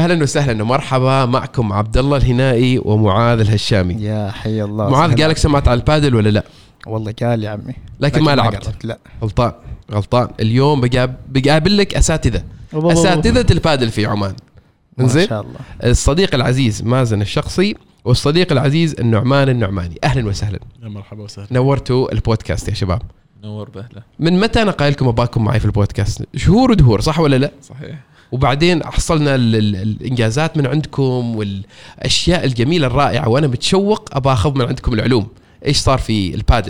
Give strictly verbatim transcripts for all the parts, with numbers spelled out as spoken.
اهلا وسهلا ومرحبا معكم عبد الله الهنائي ومعاذ الهشامي. يا حي الله. معاذ قالك سمعت على البادل ولا لا؟ والله قال يا عمي لكن, لكن ما لعبت. لا غلطان غلطان. اليوم بقاب بقابل لك اساتذه اساتذه البادل في عمان. ما شاء الله. الصديق العزيز مازن الشخصي والصديق العزيز النعمان النعماني. اهلا وسهلا. يا مرحبا وسهلا. نورتوا البودكاست يا شباب. نور بهله. من متى انا قايلكم اباكم معي في البودكاست؟ شهور ودهور، صح ولا لا؟ صحيح. وبعدين حصلنا الانجازات من عندكم والاشياء الجميله الرائعه، وانا متشوق ابى اخذ من عندكم العلوم. ايش صار في البادل؟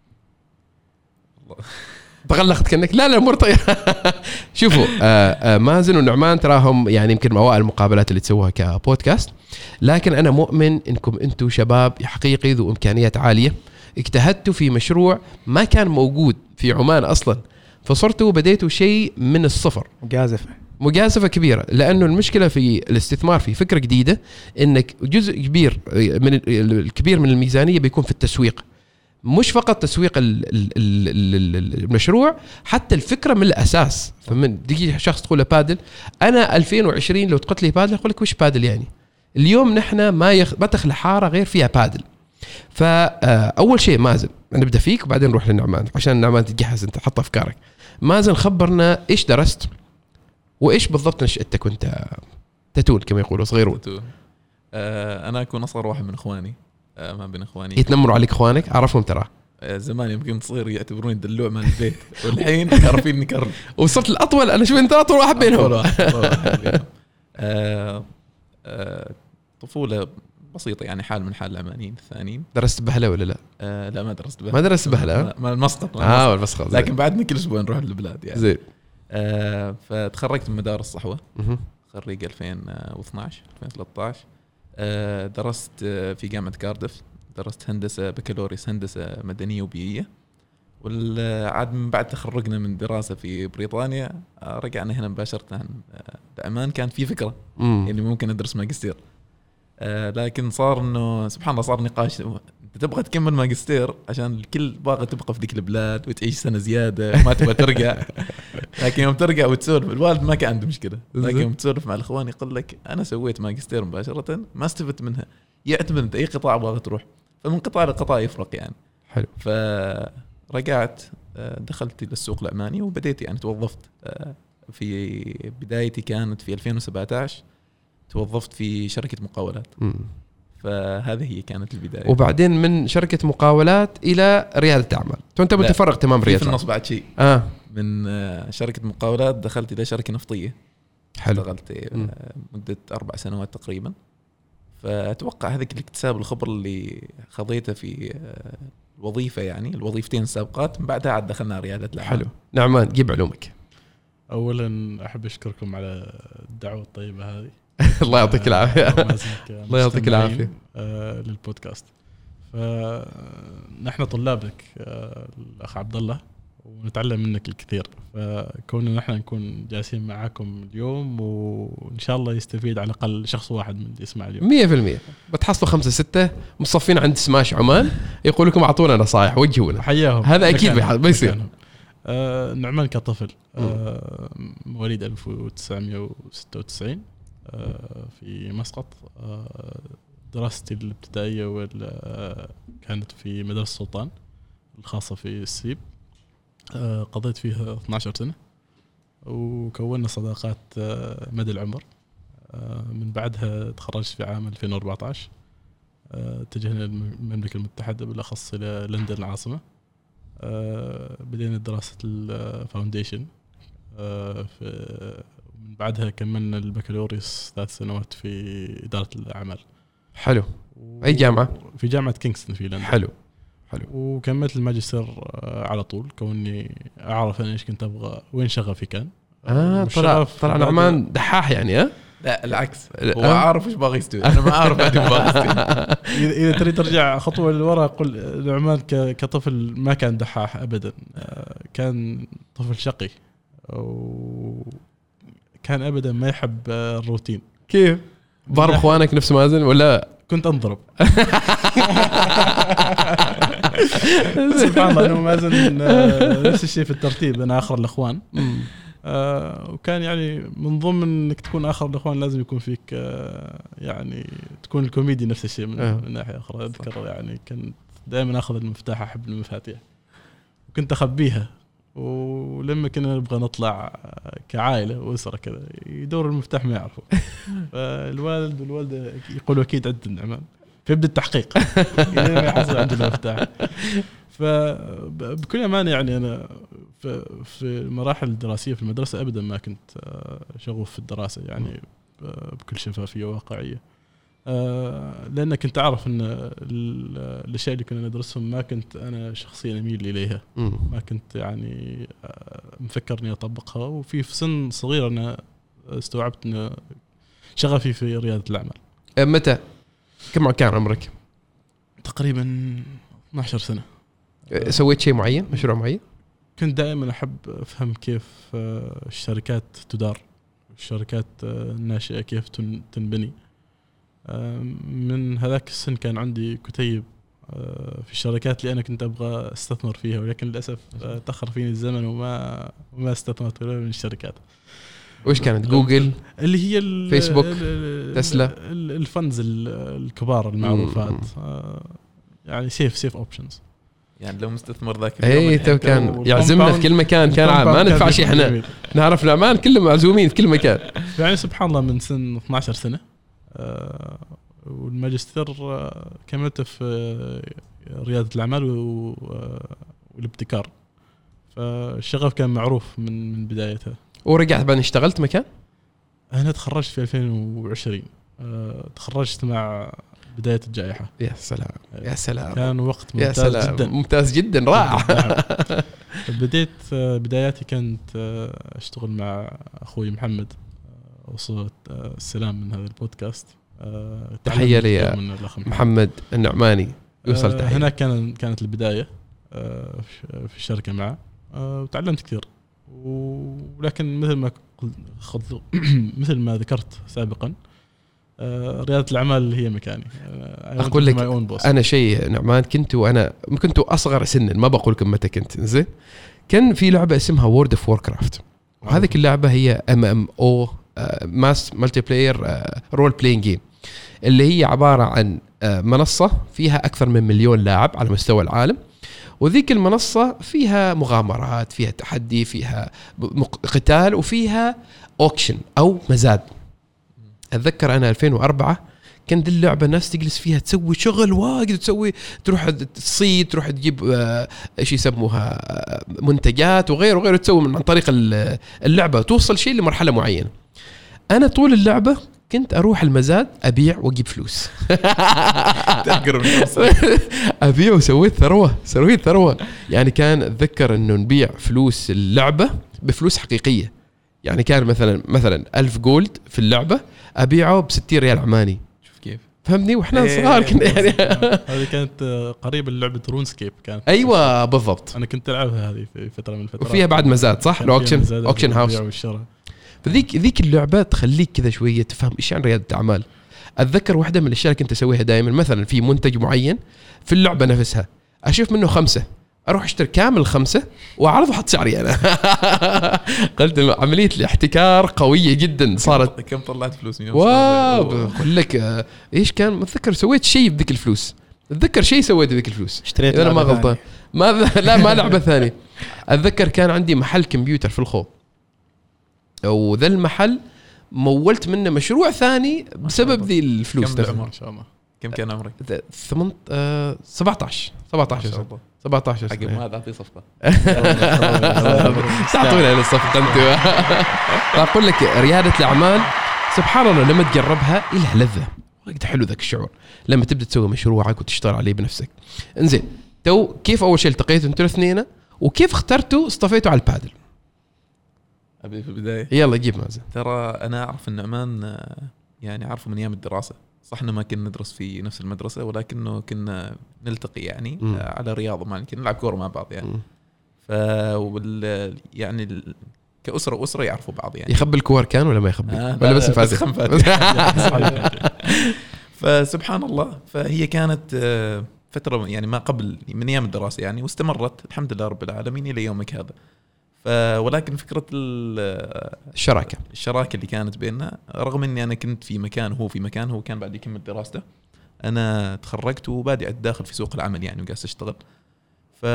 تغلقت كأنك لا لا مرطية. شوفوا آآ آآ مازن ونعمان تراهم يعني يمكن من اوائل المقابلات اللي تسووها كبودكاست، لكن انا مؤمن انكم انتم شباب حقيقي ذو امكانيات عاليه، اجتهدتوا في مشروع ما كان موجود في عمان اصلا، فصرتوا بديتوا شيء من الصفر. مجازفه مجازفة كبيرة، لأنه المشكلة في الاستثمار في فكرة جديدة إنك جزء كبير من الكبير من الميزانية بيكون في التسويق، مش فقط تسويق المشروع، حتى الفكرة من الأساس. فمن دقيقة شخص تقول له بادل، أنا ألفين وعشرين لو تقول لي بادل أقول لك وش بادل يعني. اليوم نحن ما يخ... ما تخلى حارة غير فيها بادل. فأول شيء مازن نبدأ فيك وبعدين نروح للنعمان عشان النعمان تتجهز أنت تحط أفكارك. مازن خبرنا إيش درست وإيش بالضبط نشأتك وأنت تتون كما يقولوا صغيرون؟ آه أنا أكون أصغر واحد من إخواني، آه ما بين إخواني. يتنمروا عليك إخوانك؟ أعرفهم ترى. آه زمان يمكن صغير يعتبروني دلوع مال البيت، والحين عارفين نكرر. وصرت الأطول، أنا شو أنت أطول واحد بينهم. آه آه طفولة بسيطة يعني، حال من حال العمانيين الثانيين. درست بهلة ولا لا؟ آه لا ما درست بهلة. ما درست بهلة؟ ما المسقط. آه المسقط. لكن بعدنا كل أسبوع نروح للبلاد يعني. زين. آه فتخرجت من مدارس صحوة، خريج ألفين واثناشر ألفين وثلاثة عشر. آه درست في جامعة كاردف، درست هندسة بكالوريوس هندسة مدنية وبيئية. والعاد من بعد تخرجنا من دراسة في بريطانيا آه رجعنا هنا مباشرة بعمان. كان في فكرة مم. يعني ممكن أدرس ماجستير، آه لكن صار إنه سبحان الله صار نقاش، أنت تبغى تكمل ماجستير عشان الكل باغي تبقى في ذيك البلاد وتعيش سنة زيادة ما تبغى ترجع. لكن يوم ترجع وتسولف، الوالد ما كان عنده مشكلة، لكن يوم تسولف مع الإخوان يقول لك أنا سويت ماجستير مباشرة ما استفدت منها. يعتمد أي قطاع باغي تروح، فمن قطاع لقطاع يفرق يعني. حلو. فرجعت دخلت للسوق العماني وبديت يعني توظفت. في بدايتي كانت في ألفين وسبعة عشر، توظفت في شركة مقاولات. م. فهذه هي كانت البداية. وبعدين من شركة مقاولات إلى ريادة أعمال. أنت متفرغ تمام ريادة. في النص بعد شيء. آه. من شركة مقاولات دخلت إلى شركة نفطية. حلو. اشتغلت مدة أربع سنوات تقريبا. فأتوقع هذا الاكتساب الخبر اللي خضيته في الوظيفة يعني الوظيفتين السابقات، من بعدها عاد دخلنا ريادة الأعمال. حلو. نعمان جيب علومك. أولا أحب أشكركم على الدعوة الطيبة هذه. الله يعطيك العافية. الله يعطيك العافية آه للبودكاست. فنحن طلابك آه الأخ عبد الله، ونتعلم منك الكثير. فكوننا نحن نكون جالسين معاكم اليوم، وإن شاء الله يستفيد على الأقل شخص واحد من اللي يسمع اليوم. مية في المية بتحصلوا خمسة ستة مصفين عند سماش عمان يقول لكم أعطونا نصائح وجهونا. حياهم. هذا أكيد بيصير. آه نعمان كطفل آه مواليد ألف وتسعمائة وستة وتسعين آه في مسقط. آه دراستي الابتدائية كانت في مدرسة السلطان الخاصة في السيب. آه قضيت فيها اثنا عشر سنة وكوننا صداقات آه مدى العمر. آه من بعدها تخرجت في عام ألفين وأربعة عشر. آه اتجهنا للمملكة المتحدة بالأخص إلى لندن العاصمة. آه بدينا دراسة الفاونديشن. آه من بعدها كملنا البكالوريوس ثلاث سنوات في إدارة الأعمال. حلو. أي جامعة؟ في جامعة كينغستون في لندن. حلو. حلو. وكملت الماجستير على طول، كوني أعرف أنا إيش كنت أبغى، وين شغفي كان. آه طلع طلع نعمان دحاح يعني. ها؟ لا العكس، هو أه؟ عارف إيش باغي يستوي، أنا ما أعرف أدي باغي يستوي. إذا تريد ترجع خطوة للوراء، قل نعمان كطفل ما كان دحاح أبدا، كان طفل شقي وكان أبدا ما يحب الروتين. كيف؟ ضرب اخوانك نفس مازن ولا كنت انضرب؟ سبحان الله انه مازن نفس الشيء في الترتيب، انا اخر الاخوان. آه وكان يعني من ضمن انك تكون اخر الاخوان لازم يكون فيك آه يعني تكون الكوميدي نفس الشيء من, أه. من ناحيه اخرى. اذكر يعني كنت دائما اخذ المفتاح، احب المفاتيح وكنت اخبيها، ولما كنا نبغى نطلع كعائله واسره كذا يدور المفتاح ما يعرفه. فالوالد والوالده يقولوا اكيد عند النعمان، فيبدا التحقيق يعني ما يحصل عندنا المفتاح. فبكل أمانة يعني أنا في المراحل الدراسية في المدرسة أبدا ما كنت شغوف في الدراسة يعني بكل شفافية وواقعية، لأن كنت أعرف أن الأشياء اللي كنا ندرسهم ما كنت أنا شخصيا أميل إليها، ما كنت يعني مفكر أني أطبقها. وفي سن صغير أنا استوعبت أن شغفي في ريادة الأعمال. متى كم كان عمرك؟ تقريبا اثنتي عشرة سنة. سويت شيء معين، مشروع معين؟ كنت دائما أحب أفهم كيف الشركات تدار، الشركات الناشئة كيف تنبني. من هذاك السن كان عندي كتيب في الشركات اللي أنا كنت أبغى استثمر فيها، ولكن للأسف تأخر فيني الزمن وما وما استثمرت ولا من الشركات. وإيش كانت؟ جوجل اللي هي فيسبوك تسلا الفندز الكبار المعروفات، يعني سيف سيف اوبشنز. يعني لو مستثمر ذاك اليوم اي تو كان يعزمنا في كل مكان، كان ما ندفعش احنا نعرف الأمان كلهم معزومين في كل مكان. يعني سبحان الله من سن اثنتي عشرة سنة آه والماجستير آه كملته في ريادة الأعمال والابتكار، فالشغف كان معروف من من بدايتها. ورجعت بعد اشتغلت مكان؟ أنا تخرجت في ألفين وعشرين، آه تخرجت مع بداية الجائحة. يا سلام يا سلام، كان وقت ممتاز جدا ممتاز جدا رائع. بديت بداياتي كانت أشتغل مع أخوي محمد، وصلت السلام من هذا البودكاست. تحية لي محمد النعماني، يوصل تحية. هناك كان كانت البداية في الشركة معه، وتعلمت كثير. ولكن مثل ما مثل ما ذكرت سابقا، ريادة الأعمال هي مكاني. أقول لك أنا شيء نعمان، كنت وأنا كنت أصغر سنا، ما بقول لكم متى كنت زين. كان في لعبة اسمها وورد اوف ووركرافت، وهذه اللعبة هي ام ام او ماس مالتي بلاير رول بلاينج جيم، اللي هي عبارة عن منصة فيها أكثر من مليون لاعب على مستوى العالم. وذيك المنصة فيها مغامرات، فيها تحدي، فيها قتال، وفيها أوكشن أو مزاد. أتذكر أنا ألفين وأربعة كانت اللعبة الناس تجلس فيها تسوي شغل واجد، تسوي تروح تصيد، تروح تجيب إيش يسموها منتجات وغيره وغيره، تسوي من عن طريق اللعبة توصل شيء لمرحلة معينة. أنا طول اللعبة كنت أروح المزاد أبيع وأجيب فلوس. أبيع وسويت ثروة سويت ثروة يعني كان أتذكر إنه نبيع فلوس اللعبة بفلوس حقيقية. يعني كان مثلا مثلا ألف جولد في اللعبة أبيعه بستين ريال عماني. شوف كيف فهمني وإحنا إيه صغار كنا يعني. هذه كانت قريبة للعبة رونسكيب كانت. أيوة بالضبط، أنا كنت ألعبها هذه في فترة من الفترات، وفيها بعد مزاد صح، الأوكشن أوكشن هاوس. فذيك ذيك اللعبة تخليك كذا شوية تفهم إيش عن ريادة أعمال. أتذكر واحدة من الأشياء كنت أسويها دائما، مثلا في منتج معين في اللعبة نفسها أشوف منه خمسة، أروح أشتري كامل الخمسة وأعرضه حط سعري أنا. قلت عملية الاحتكار قوية جدا صارت. كم طلعت فلوس من يوم؟ واو بقول لك آه إيش كان متذكر سويت شيء بذيك الفلوس، أتذكر شيء سويت بذيك الفلوس. اشتريت أنا ما غلطان ما لا ما لعبة ثانية. أتذكر كان عندي محل كمبيوتر في الخو، وذا المحل مولت منه مشروع ثاني بسبب ذي الفلوس. كم ما شاء الله كم كان عمرك؟ ثمانية آه سبعة عشر سبعة عشر سنة سبعة عشر حق ما هذا في صفقة. تعطونا على الصفقة أنتوا. فأقول لك ريادة الأعمال سبحان الله لما تجربها إلها لذة وقت حلو ذاك الشعور لما تبدأ تسوي مشروعك وتشتغل عليه بنفسك. إنزين تو كيف أول شيء التقيتوا أنتوا الاثنين، وكيف اخترتوا اصطفيتوا على البادل؟ أبي في البداية يلا جيب مازن. ترى أنا أعرف النعمان يعني أعرفه من أيام الدراسة، صح إنه ما كنا ندرس في نفس المدرسة ولكنه كنا نلتقي يعني م. على رياضة، ما كنا نلعب كورة مع بعض يعني. ف يعني ال... كأسرة وأسرة يعرفوا بعض يعني. يخبي الكور كان ولا ما يخبي؟ آه ولا بس فاز؟ فسبحان الله، فهي كانت فترة يعني ما قبل من أيام الدراسة يعني، واستمرت الحمد لله رب العالمين إلى يومك هذا. ف ولكن فكره الشراكه الشراكه اللي كانت بيننا، رغم اني انا كنت في مكان وهو في مكان، هو كان بعد يكمل دراسته، انا تخرجت وبادئ اتداخل في سوق العمل يعني وقاعد اشتغل. ف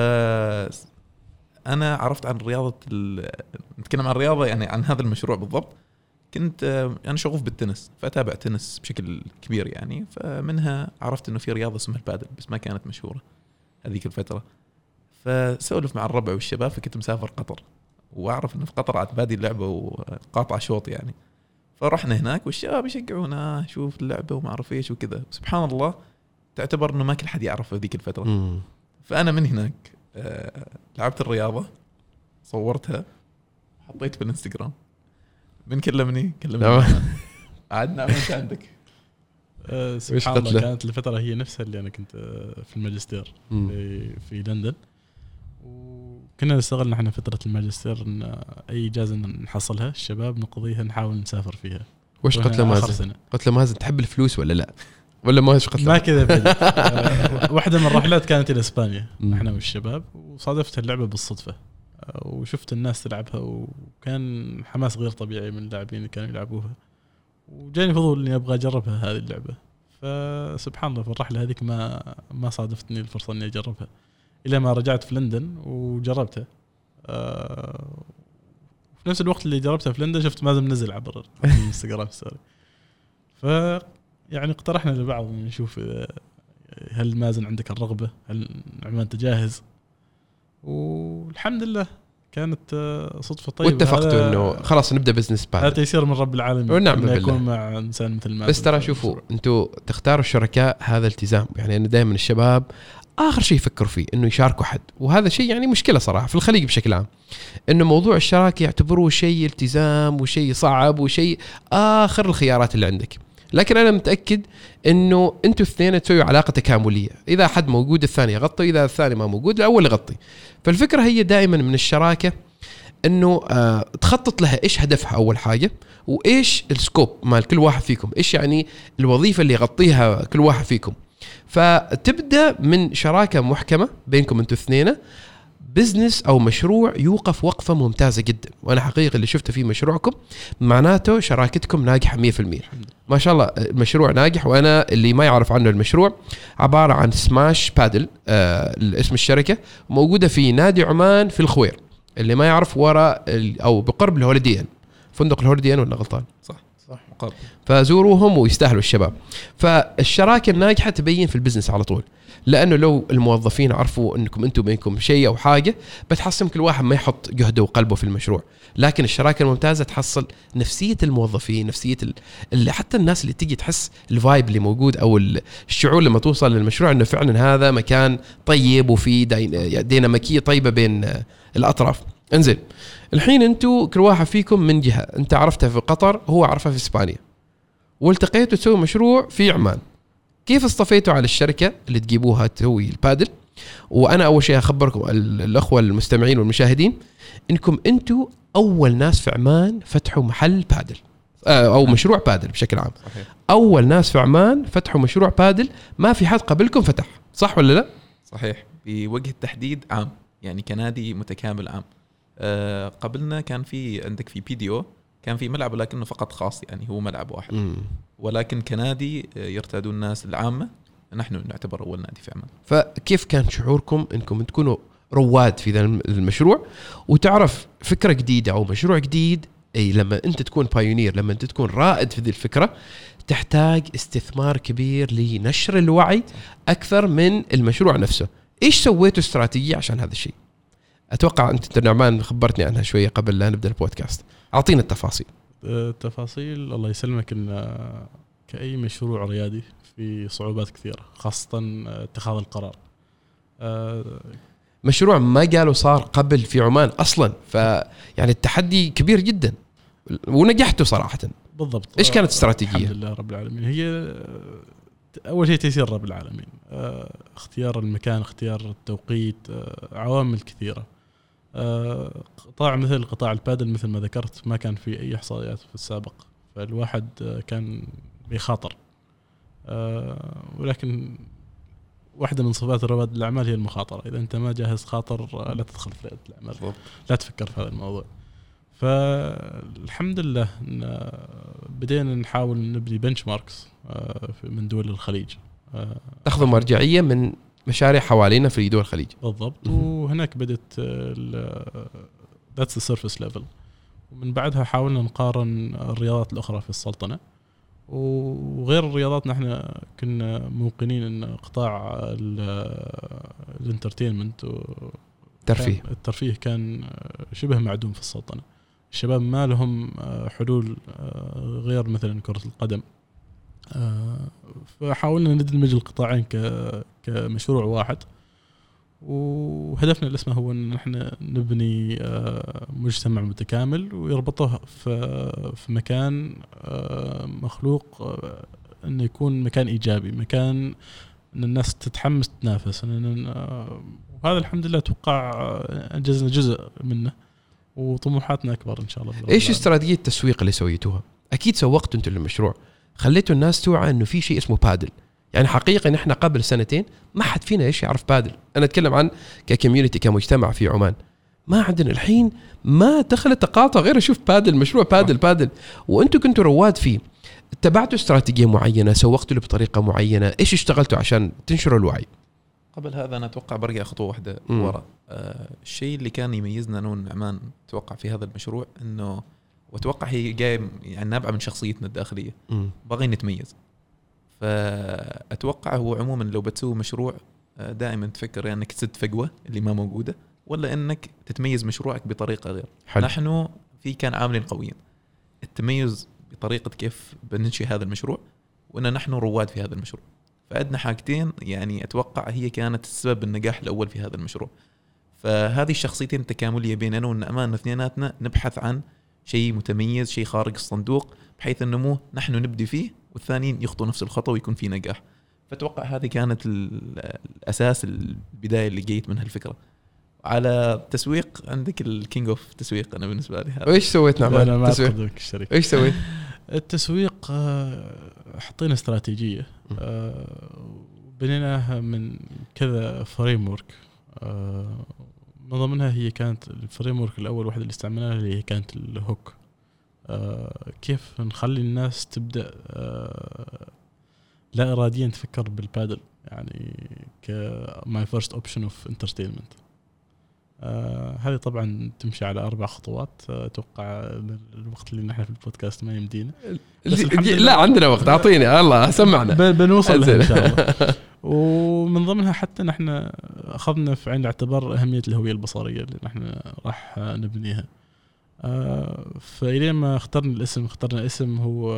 انا عرفت عن رياضه ال... نتكلم عن الرياضه يعني عن هذا المشروع بالضبط. كنت انا شغوف بالتنس، فاتابع تنس بشكل كبير يعني، فمنها عرفت انه في رياضه اسمها البادل بس ما كانت مشهوره هذيك الفتره. فسولف مع الربع والشباب، فكنت مسافر قطر واعرف انه في قطر عاد بادي اللعبه وقاطع شوط يعني. فرحنا هناك والشباب يشجعونا شوف اللعبه وما اعرف ايش وكذا. سبحان الله تعتبر انه ما كل حد يعرف هذيك الفتره. مم. فانا من هناك آه لعبت الرياضه، صورتها حطيت في الانستغرام. من كلمني كلمني قعدنا عملت عندك أه سبحان الله. كانت الفترة هي نفسها اللي أنا كنت في الماجستير في, في لندن، وكنا نشتغل نحن فترة الماجستير إن أي إجازة نحصلها الشباب نقضيها نحاول نسافر فيها. وش قلت له مازن؟ قلت له مازن تحب الفلوس ولا لا؟ ولا ما قلت ما كذا بدأ. أه واحدة من الرحلات كانت إلى إسبانيا نحن والشباب، وصادفت اللعبة بالصدفة وشفت الناس تلعبها، وكان حماس غير طبيعي من اللاعبين اللي كانوا يلعبوها، وجاني فضول اني ابغى اجربها هذه اللعبه. فسبحان الله في الرحله هذيك ما ما صادفتني الفرصه اني اجربها الى ما رجعت في لندن وجربتها. أه في نفس الوقت اللي جربتها في لندن شفت مازن منزل عبر الانستغرام ستوري، ف يعني اقترحنا لبعض نشوف هل مازن عندك الرغبه، هل نعمان انت جاهز. والحمد لله كانت صدفة طيبة، واتفقتوا انه خلاص نبدا بزنس باد. هذا تيسير من رب العالمين ونعم بالله يكون مع انسان مثل ما. بس ترى شوفوا انتوا تختاروا الشركاء، هذا التزام يعني. انا دائما الشباب اخر شيء يفكروا فيه انه يشاركوا حد، وهذا شيء يعني مشكله صراحه في الخليج بشكل عام، انه موضوع الشراكه يعتبروه شيء التزام وشيء صعب وشيء اخر الخيارات اللي عندك. لكن انا متاكد انه انتوا الاثنين تسويوا علاقه تكامليه، اذا حد موجود الثاني يغطي، اذا الثاني ما موجود الاول يغطي. فالفكره هي دائما من الشراكه انه آه تخطط لها ايش هدفها اول حاجه، وايش السكوب مال كل واحد فيكم، ايش يعني الوظيفه اللي يغطيها كل واحد فيكم. فتبدا من شراكه محكمه بينكم انتوا الاثنين، بزنس او مشروع يوقف وقفه ممتازه جدا. وانا حقيقه اللي شفته في مشروعكم معناته شراكتكم ناجحه مية بالمية ما شاء الله. المشروع ناجح. وانا اللي ما يعرف عنه، المشروع عباره عن سماش بادل، آه اسم الشركه، موجوده في نادي عمان في الخوير. اللي ما يعرف وراء او بقرب الهوليدين، فندق الهوليدين ولا غلطان؟ صح صح مقرب. فزوروهم ويستاهلوا الشباب. فالشراكه الناجحه تبين في البزنس على طول، لانه لو الموظفين عرفوا انكم انتم بينكم شيء او حاجه بتحسن كل واحد ما يحط جهده وقلبه في المشروع. لكن الشراكه الممتازه تحصل نفسيه الموظفين، نفسيه اللي حتى الناس اللي تيجي تحس الفايب اللي موجود او الشعور لما توصل للمشروع انه فعلا هذا مكان طيب وفي ديناميكيه طيبه بين الاطراف. انزل الحين انتوا كل واحد فيكم من جهه، انت عرفتها في قطر هو عرفها في اسبانيا، والتقيتوا تسوي مشروع في عمان. كيف اصطفيتوا على الشركه اللي تجيبوها تسوي البادل؟ وانا اول شيء اخبركم الاخوه المستمعين والمشاهدين انكم انتوا اول ناس في عمان فتحوا محل بادل او مشروع بادل بشكل عام. صحيح. اول ناس في عمان فتحوا مشروع بادل، ما في حد قبلكم فتح، صح ولا لا؟ صحيح. بوجه التحديد عام، يعني كنادي متكامل عام. أه قبلنا كان في عندك في بيديو كان في ملعب ولكنه فقط خاص، يعني هو ملعب واحد. م. ولكن كنادي يرتادون الناس العامة، نحن نعتبر أول نادي في عمان. فكيف كان شعوركم أنكم تكونوا رواد في ذا المشروع وتعرف فكرة جديدة أو مشروع جديد؟ أي لما أنت تكون بايونير، لما أنت تكون رائد في ذي الفكرة، تحتاج استثمار كبير لنشر الوعي أكثر من المشروع نفسه. إيش سويتوا استراتيجية عشان هذا الشيء؟ أتوقع أنت نعمان خبرتني عنها شوية قبل لا نبدأ البودكاست، أعطينا التفاصيل. التفاصيل الله يسلمك، إن كأي مشروع ريادي في صعوبات كثيرة، خاصة اتخاذ القرار. مشروع ما قالوا صار قبل في عمان أصلا، فيعني التحدي كبير جدا ونجحتوا صراحة. بالضبط. إيش كانت استراتيجية؟ الحمد لله رب العالمين. هي أول شيء تيسير رب العالمين، اختيار المكان، اختيار التوقيت، عوامل كثيرة. قطاع مثل قطاع البادل مثل ما ذكرت ما كان في أي إحصائيات في السابق، فالواحد كان بيخاطر. ولكن واحدة من صفات رواد الأعمال هي المخاطرة. إذا أنت ما جاهز خاطر لا تدخل في ريادة الأعمال، لا تفكر في هذا الموضوع. فالحمد لله بدينا نحاول نبني بنش ماركس من دول الخليج، تأخذ مرجعية من مشاريع حوالينا في دول الخليج بالضبط. وهناك بدت that's the surface level، ومن بعدها حاولنا نقارن الرياضات الأخرى في السلطنة وغير الرياضات. نحن كنا موقنين أن قطاع الانترتينمنت الترفيه الترفيه كان شبه معدوم في السلطنة. الشباب ما لهم حلول غير مثلا كرة القدم، فحاولنا ندمج القطاعين كمشروع واحد. وهدفنا الاسمه هو ان احنا نبني مجتمع متكامل ويربطه في في مكان مخلوق انه يكون مكان ايجابي، مكان ان الناس تتحمس تنافس. وهذا الحمد لله اتوقع انجزنا جزء منه وطموحاتنا اكبر ان شاء الله. ايش استراتيجيه التسويق اللي سويتوها؟ اكيد سوقتوا انتم للمشروع، خليتوا الناس توعى انه في شيء اسمه بادل. يعني حقيقة نحن قبل سنتين ما حد فينا إيش يعرف بادل. أنا أتكلم عن ككميونيتي كمجتمع في عمان، ما عندنا الحين ما دخلت تقاطع غير أشوف بادل، مشروع بادل بادل وأنتوا كنتوا رواد فيه. اتبعتوا استراتيجية معينة، سوقتوا له بطريقة معينة، إيش اشتغلتوا عشان تنشروا الوعي؟ قبل هذا أنا أتوقع برجع خطوة واحدة وراء. آه الشيء اللي كان يميزنا أنا والنعمان أتوقع في هذا المشروع إنه، وأتوقع هي جاي يعني نابعة من شخصيتنا الداخلية، باغي نتميز. فأتوقع هو عموما لو بتسوي مشروع دائما تفكر يعني انك تسد فجوة اللي ما موجودة، ولا انك تتميز مشروعك بطريقة غير. حل. نحن في كان عاملين قويين، التميز بطريقة كيف بننشئ هذا المشروع، وان نحن رواد في هذا المشروع. فعندنا حاجتين يعني اتوقع هي كانت السبب النجاح الاول في هذا المشروع. فهذه الشخصيتين تكاملية بيننا والنعمان اثنيناتنا نبحث عن شيء متميز، شيء خارج الصندوق، بحيث انه نحن نبدي فيه والثانيين يخطوا نفس الخطوة ويكون في نجاح. فتوقع هذه كانت الأساس البداية اللي جيت منها الفكرة. على التسويق عندك الكينج اوف تسويق أنا بالنسبة لي هذا. وإيش سويت نعم التسويق؟ إيش سويت؟ التسويق حطينا استراتيجية بنيناها من كذا فريمورك. من ضمنها هي كانت الفريمورك الأول واحد اللي استعملناها اللي هي كانت الهوك. آه كيف نخلي الناس تبدأ آه لا إراديا تفكر بالبادل، يعني ك my first option of entertainment. آه هذه طبعا تمشي على أربع خطوات. أتوقع الوقت اللي نحن في البودكاست ما يمدينا، لا عندنا وقت، أعطيني الله سمعنا بنوصل لها إن شاء الله. ومن ضمنها حتى نحن أخذنا في عين الاعتبار أهمية الهوية البصرية اللي نحن راح نبنيها. آه فإلى ما اخترنا الاسم اخترنا اسم هو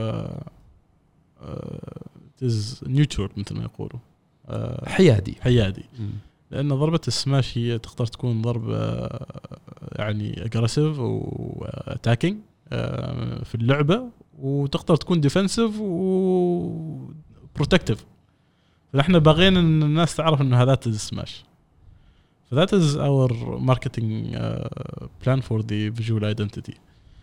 آه is neutral مثل ما يقولوا، آه حيادي حيادي م. لأن ضربة السماش هي تقدر تكون ضربة يعني aggressive و attacking آه في اللعبة، وتقدر تكون defensive و protective. فنحن باغين ان الناس تعرف انه هذا السماش. So that is our marketing uh, plan for the visual identity.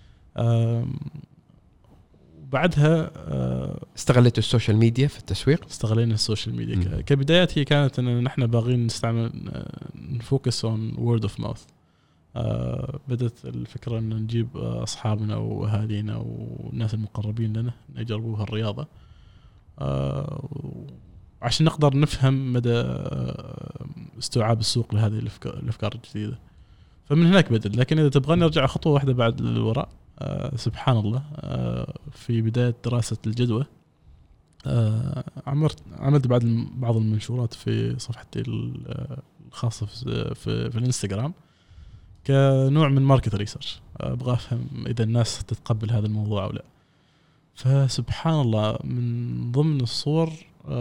وبعدها uh, استغلتوا السوشيال ميديا في التسويق؟ استغلينا السوشيال ميديا م. كبدايات هي كانت ان نحن باغين نستعمل نفوكس on word of mouth. uh, بدت الفكرة ان نجيب اصحابنا واهالينا والناس المقربين لنا يجربوا هالرياضة uh, عشان نقدر نفهم مدى استيعاب السوق لهذه الأفكار الجديدة. فمن هناك بدل. لكن إذا تبغى نرجع خطوة واحدة بعد الوراء، آه سبحان الله، آه في بداية دراسة الجدوى آه عملت عملت بعد بعض المنشورات في صفحتي الخاصة في, في, في الانستغرام كنوع من ماركت ريسيرش. أبغى أفهم إذا الناس تتقبل هذا الموضوع أو لا. فسبحان الله من ضمن الصور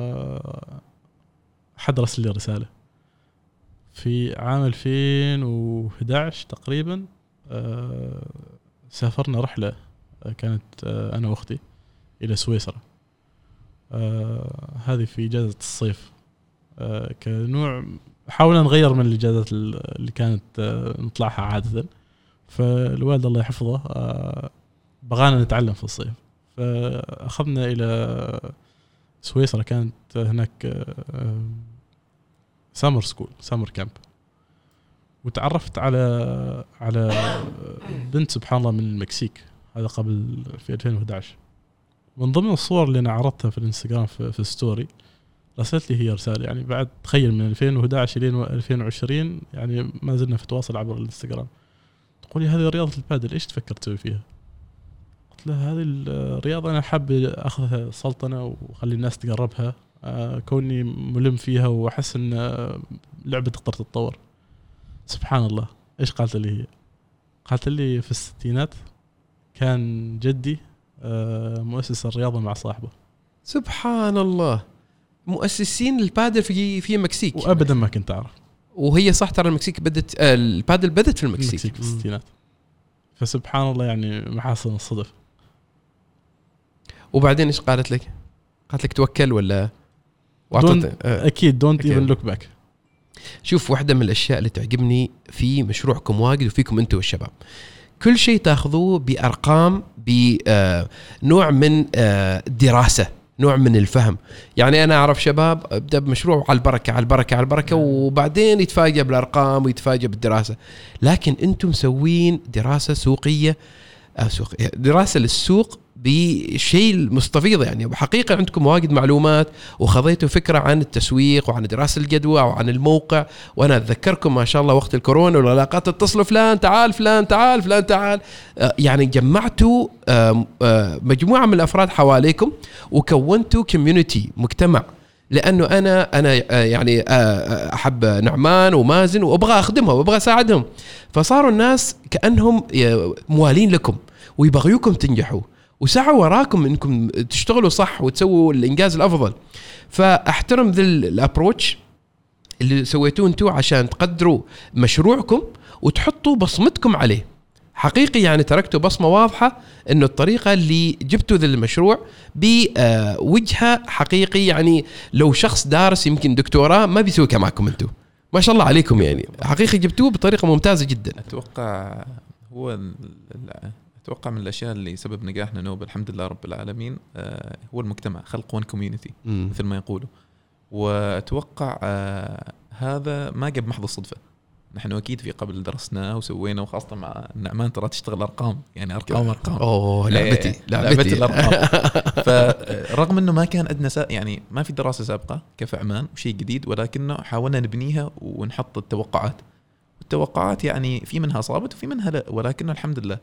حد رسل لي رسالة في عام ألفين وإحدى عشر تقريبا. سافرنا رحلة كانت أنا وأختي إلى سويسرا، هذه في إجازة الصيف كنوع حاولنا نغير من الإجازات اللي كانت نطلعها عادة. فالوالد الله يحفظه بغانا نتعلم في الصيف، فأخذنا إلى سويسرا. كانت هناك سامر سكول سامر كامب، وتعرفت على على بنت سبحان الله من المكسيك، هذا قبل في ألفين وأحد عشر. من ضمن الصور اللي انا عرضتها في الانستغرام في, في الستوري رسلت لي هي رساله، يعني بعد تخيل من ألفين وأحد عشر الى ألفين وعشرين يعني ما زلنا في تواصل عبر الانستغرام. تقول لي هذه رياضه البادل ايش تفكر تسوي فيها؟ قلت لها هذه الرياضه انا حاب اخذها سلطنه واخلي الناس تقربها، كوني ملم فيها واحس ان لعبه تقدر تتطور. سبحان الله ايش قالت لي هي؟ قالت لي في الستينات كان جدي مؤسس الرياضه مع صاحبه. سبحان الله، مؤسسين البادل في في المكسيك، وابدا ما كنت اعرف. وهي صح ترى المكسيك بدت البادل بدت في المكسيك, المكسيك في الستينات. فسبحان الله يعني محاسن الصدف. وبعدين ايش قالت لك؟ قالت لك توكل ولا وعطت اكيد دونت ايفن لوك باك. شوف، واحدة من الأشياء اللي تعجبني في مشروعكم واجد وفيكم أنتوا والشباب، كل شيء تأخذوه بأرقام، بنوع من الدراسة، نوع من الفهم. يعني أنا أعرف شباب بدأ بمشروع على البركة على البركة على البركة وبعدين يتفاجأ بالأرقام ويتفاجأ بالدراسة، لكن أنتم مسوين دراسة سوقية، دراسة للسوق بشيء مستفيض يعني، وحقيقة عندكم واجد معلومات وخذيتوا فكرة عن التسويق وعن دراسة الجدوى وعن الموقع. وأنا أتذكركم ما شاء الله وقت الكورونا والعلاقات اتصلوا فلان تعال فلان تعال فلان تعال، يعني جمعتوا مجموعة من الأفراد حواليكم وكونتوا كوميونيتي، مجتمع. لأنه أنا أنا يعني أحب نعمان ومازن وأبغى أخدمهم وأبغى أساعدهم، فصاروا الناس كأنهم موالين لكم ويبغيوكم تنجحوا وسعوا وراكم إنكم تشتغلوا صح وتسووا الإنجاز الأفضل. فأحترم ذا الأبروتش اللي سويتوه أنتوا عشان تقدروا مشروعكم وتحطوا بصمتكم عليه. حقيقي يعني تركتوا بصمة واضحة إنه الطريقة اللي جبتوا ذا المشروع بوجهة حقيقي، يعني لو شخص دارس يمكن دكتوراه ما بيسوي كماكم أنتوا، ما شاء الله عليكم، يعني حقيقي جبتوه بطريقة ممتازة جدا. أتوقع هو أتوقع من الأشياء اللي سبب نجاحنا نوب الحمد لله رب العالمين هو المجتمع، خلق وان كوميونيتي مثل ما يقولوا. وأتوقع هذا ما جاب محض الصدفة، نحن أكيد في قبل درسنا وسوينا، وخاصة مع نعمان ترى تشتغل أرقام، يعني أرقام أرقام أوه لعبتي لعبتي, لعبتي الأرقام. فرغم أنه ما كان عندنا سا يعني ما في دراسة سابقة كيف عمان وشيء جديد، ولكنه حاولنا نبنيها ونحط التوقعات. والتوقعات يعني في منها صابت وفي منها لا، ولكنه الحمد لله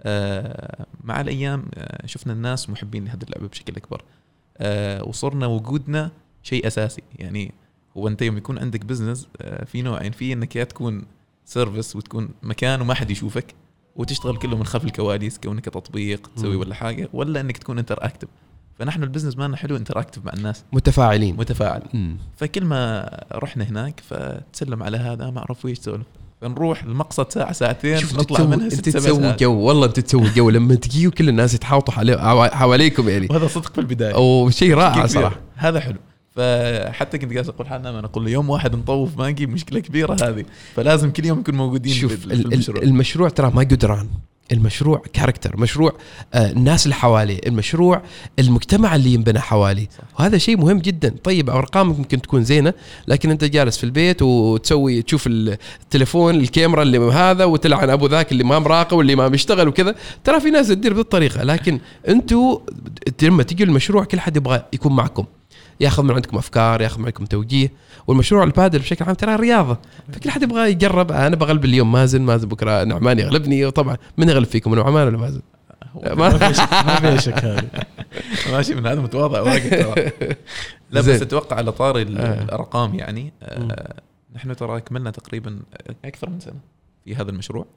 مع الأيام شفنا الناس محبين لهذه اللعبة بشكل أكبر، وصرنا وجودنا شيء أساسي. يعني هو أنت يوم يكون عندك بزنس في نوعين، في إنك تكون سيرفيس وتكون مكان وما حد يشوفك وتشتغل كله من خلف الكواليس كونك تطبيق تسوي ولا حاجة، ولا إنك تكون انتراكتيف. فنحن البزنس مالنا حلو انتراكتيف مع الناس، متفاعلين متفاعل. مم. فكل ما رحنا هناك فتسلم على هذا ما أعرف ويش تسولف، فنروح المقصد ساعة ساعتين نطلع منها ست سبع تسوي جو. والله انت تسوي جو لما تجيوا كل الناس يتحاوطوا حواليكم يعني، وهذا صدق في البداية او شيء رائع صراحة، هذا حلو. فحتى كنت قاعد اقول حالنا انا اقول له يوم واحد نطوف ما نجيب مشكله كبيره هذه، فلازم كل يوم نكون موجودين. شوف في المشروع. المشروع ترى ما قدران، المشروع كاركتر، مشروع آه الناس اللي حواليه، المشروع المجتمع اللي ينبنى حواليه، وهذا شيء مهم جدا. طيب ارقامك ممكن تكون زينه، لكن انت جالس في البيت وتسوي تشوف التليفون الكاميرا اللي هذا وتلعن ابو ذاك اللي ما مراقب واللي ما بيشتغل وكذا. ترى في ناس تدير بالطريقه، لكن انتوا لما تيجوا المشروع كل حد يبغى يكون معكم، ياخذ من عندكم افكار، ياخذ من عندكم توجيه. والمشروع البادل بشكل عام ترى رياضه، فكل حد يبغى يجرب. انا بغلب اليوم مازن، مازن بكره نعمان يغلبني، وطبعا من يغلب فيكم، من نعمان ولا مازن؟ ما في شك هذا ماشي من هذا متواضع واجد ترى. لا بس اتوقع على طاري الارقام يعني آه نحن ترى كملنا تقريبا اكثر من سنه في هذا المشروع،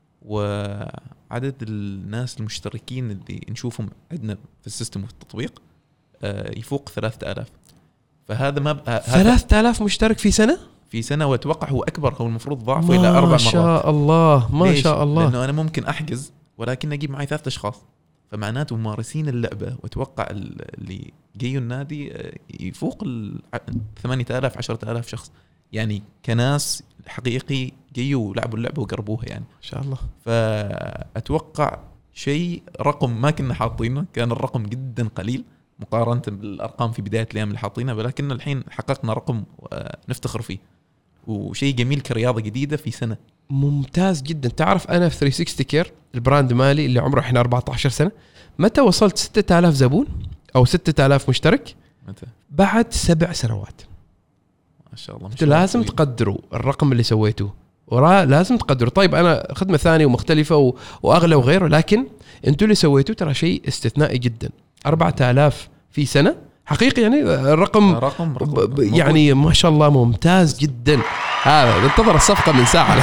وعدد الناس المشتركين اللي نشوفهم عندنا في السيستم وفي التطبيق يفوق ثلاثة آلاف. فهذا ما ثلاثة آلاف مشترك في سنة في سنة وأتوقع هو أكبر، هو المفروض ضعفه إلى أربع مرات. ما شاء الله ما شاء الله. لأنه أنا ممكن أحجز ولكن أجيب معي ثلاثة أشخاص، فمعناته ممارسين اللعبة. وأتوقع اللي جيوا النادي يفوق ثمانية آلاف عشرة آلاف شخص، يعني كناس حقيقي جيوا لعبوا اللعبة وقربوها يعني ما شاء الله. فأتوقع شيء رقم ما كنا حاطينه، كان الرقم جدا قليل مقارنة بالأرقام في بداية الأيام اللي حاطينها، ولكن الحين حققنا رقم نفتخر فيه. وشيء جميل كرياضه جديده في سنه. ممتاز جدا. تعرف انا في ثلاثمية وستين كير البراند مالي اللي عمره الحين أربعة عشر سنه، متى وصلت ستة آلاف زبون او ستة آلاف مشترك؟ متى؟ بعد سبع سنوات. ما شاء الله. انتوا لازم طويل. تقدروا الرقم اللي سويتوه ورا، لازم تقدروا. طيب انا خدمه ثانيه ومختلفه و... واغلى وغيره، لكن انتوا اللي سويتوه ترى شيء استثنائي جدا. أربعة آلاف في سنه حقيقي، يعني الرقم رقم, رقم ب... يعني ما شاء الله ممتاز جدا. هذا انتظر الصفقه من ساعه.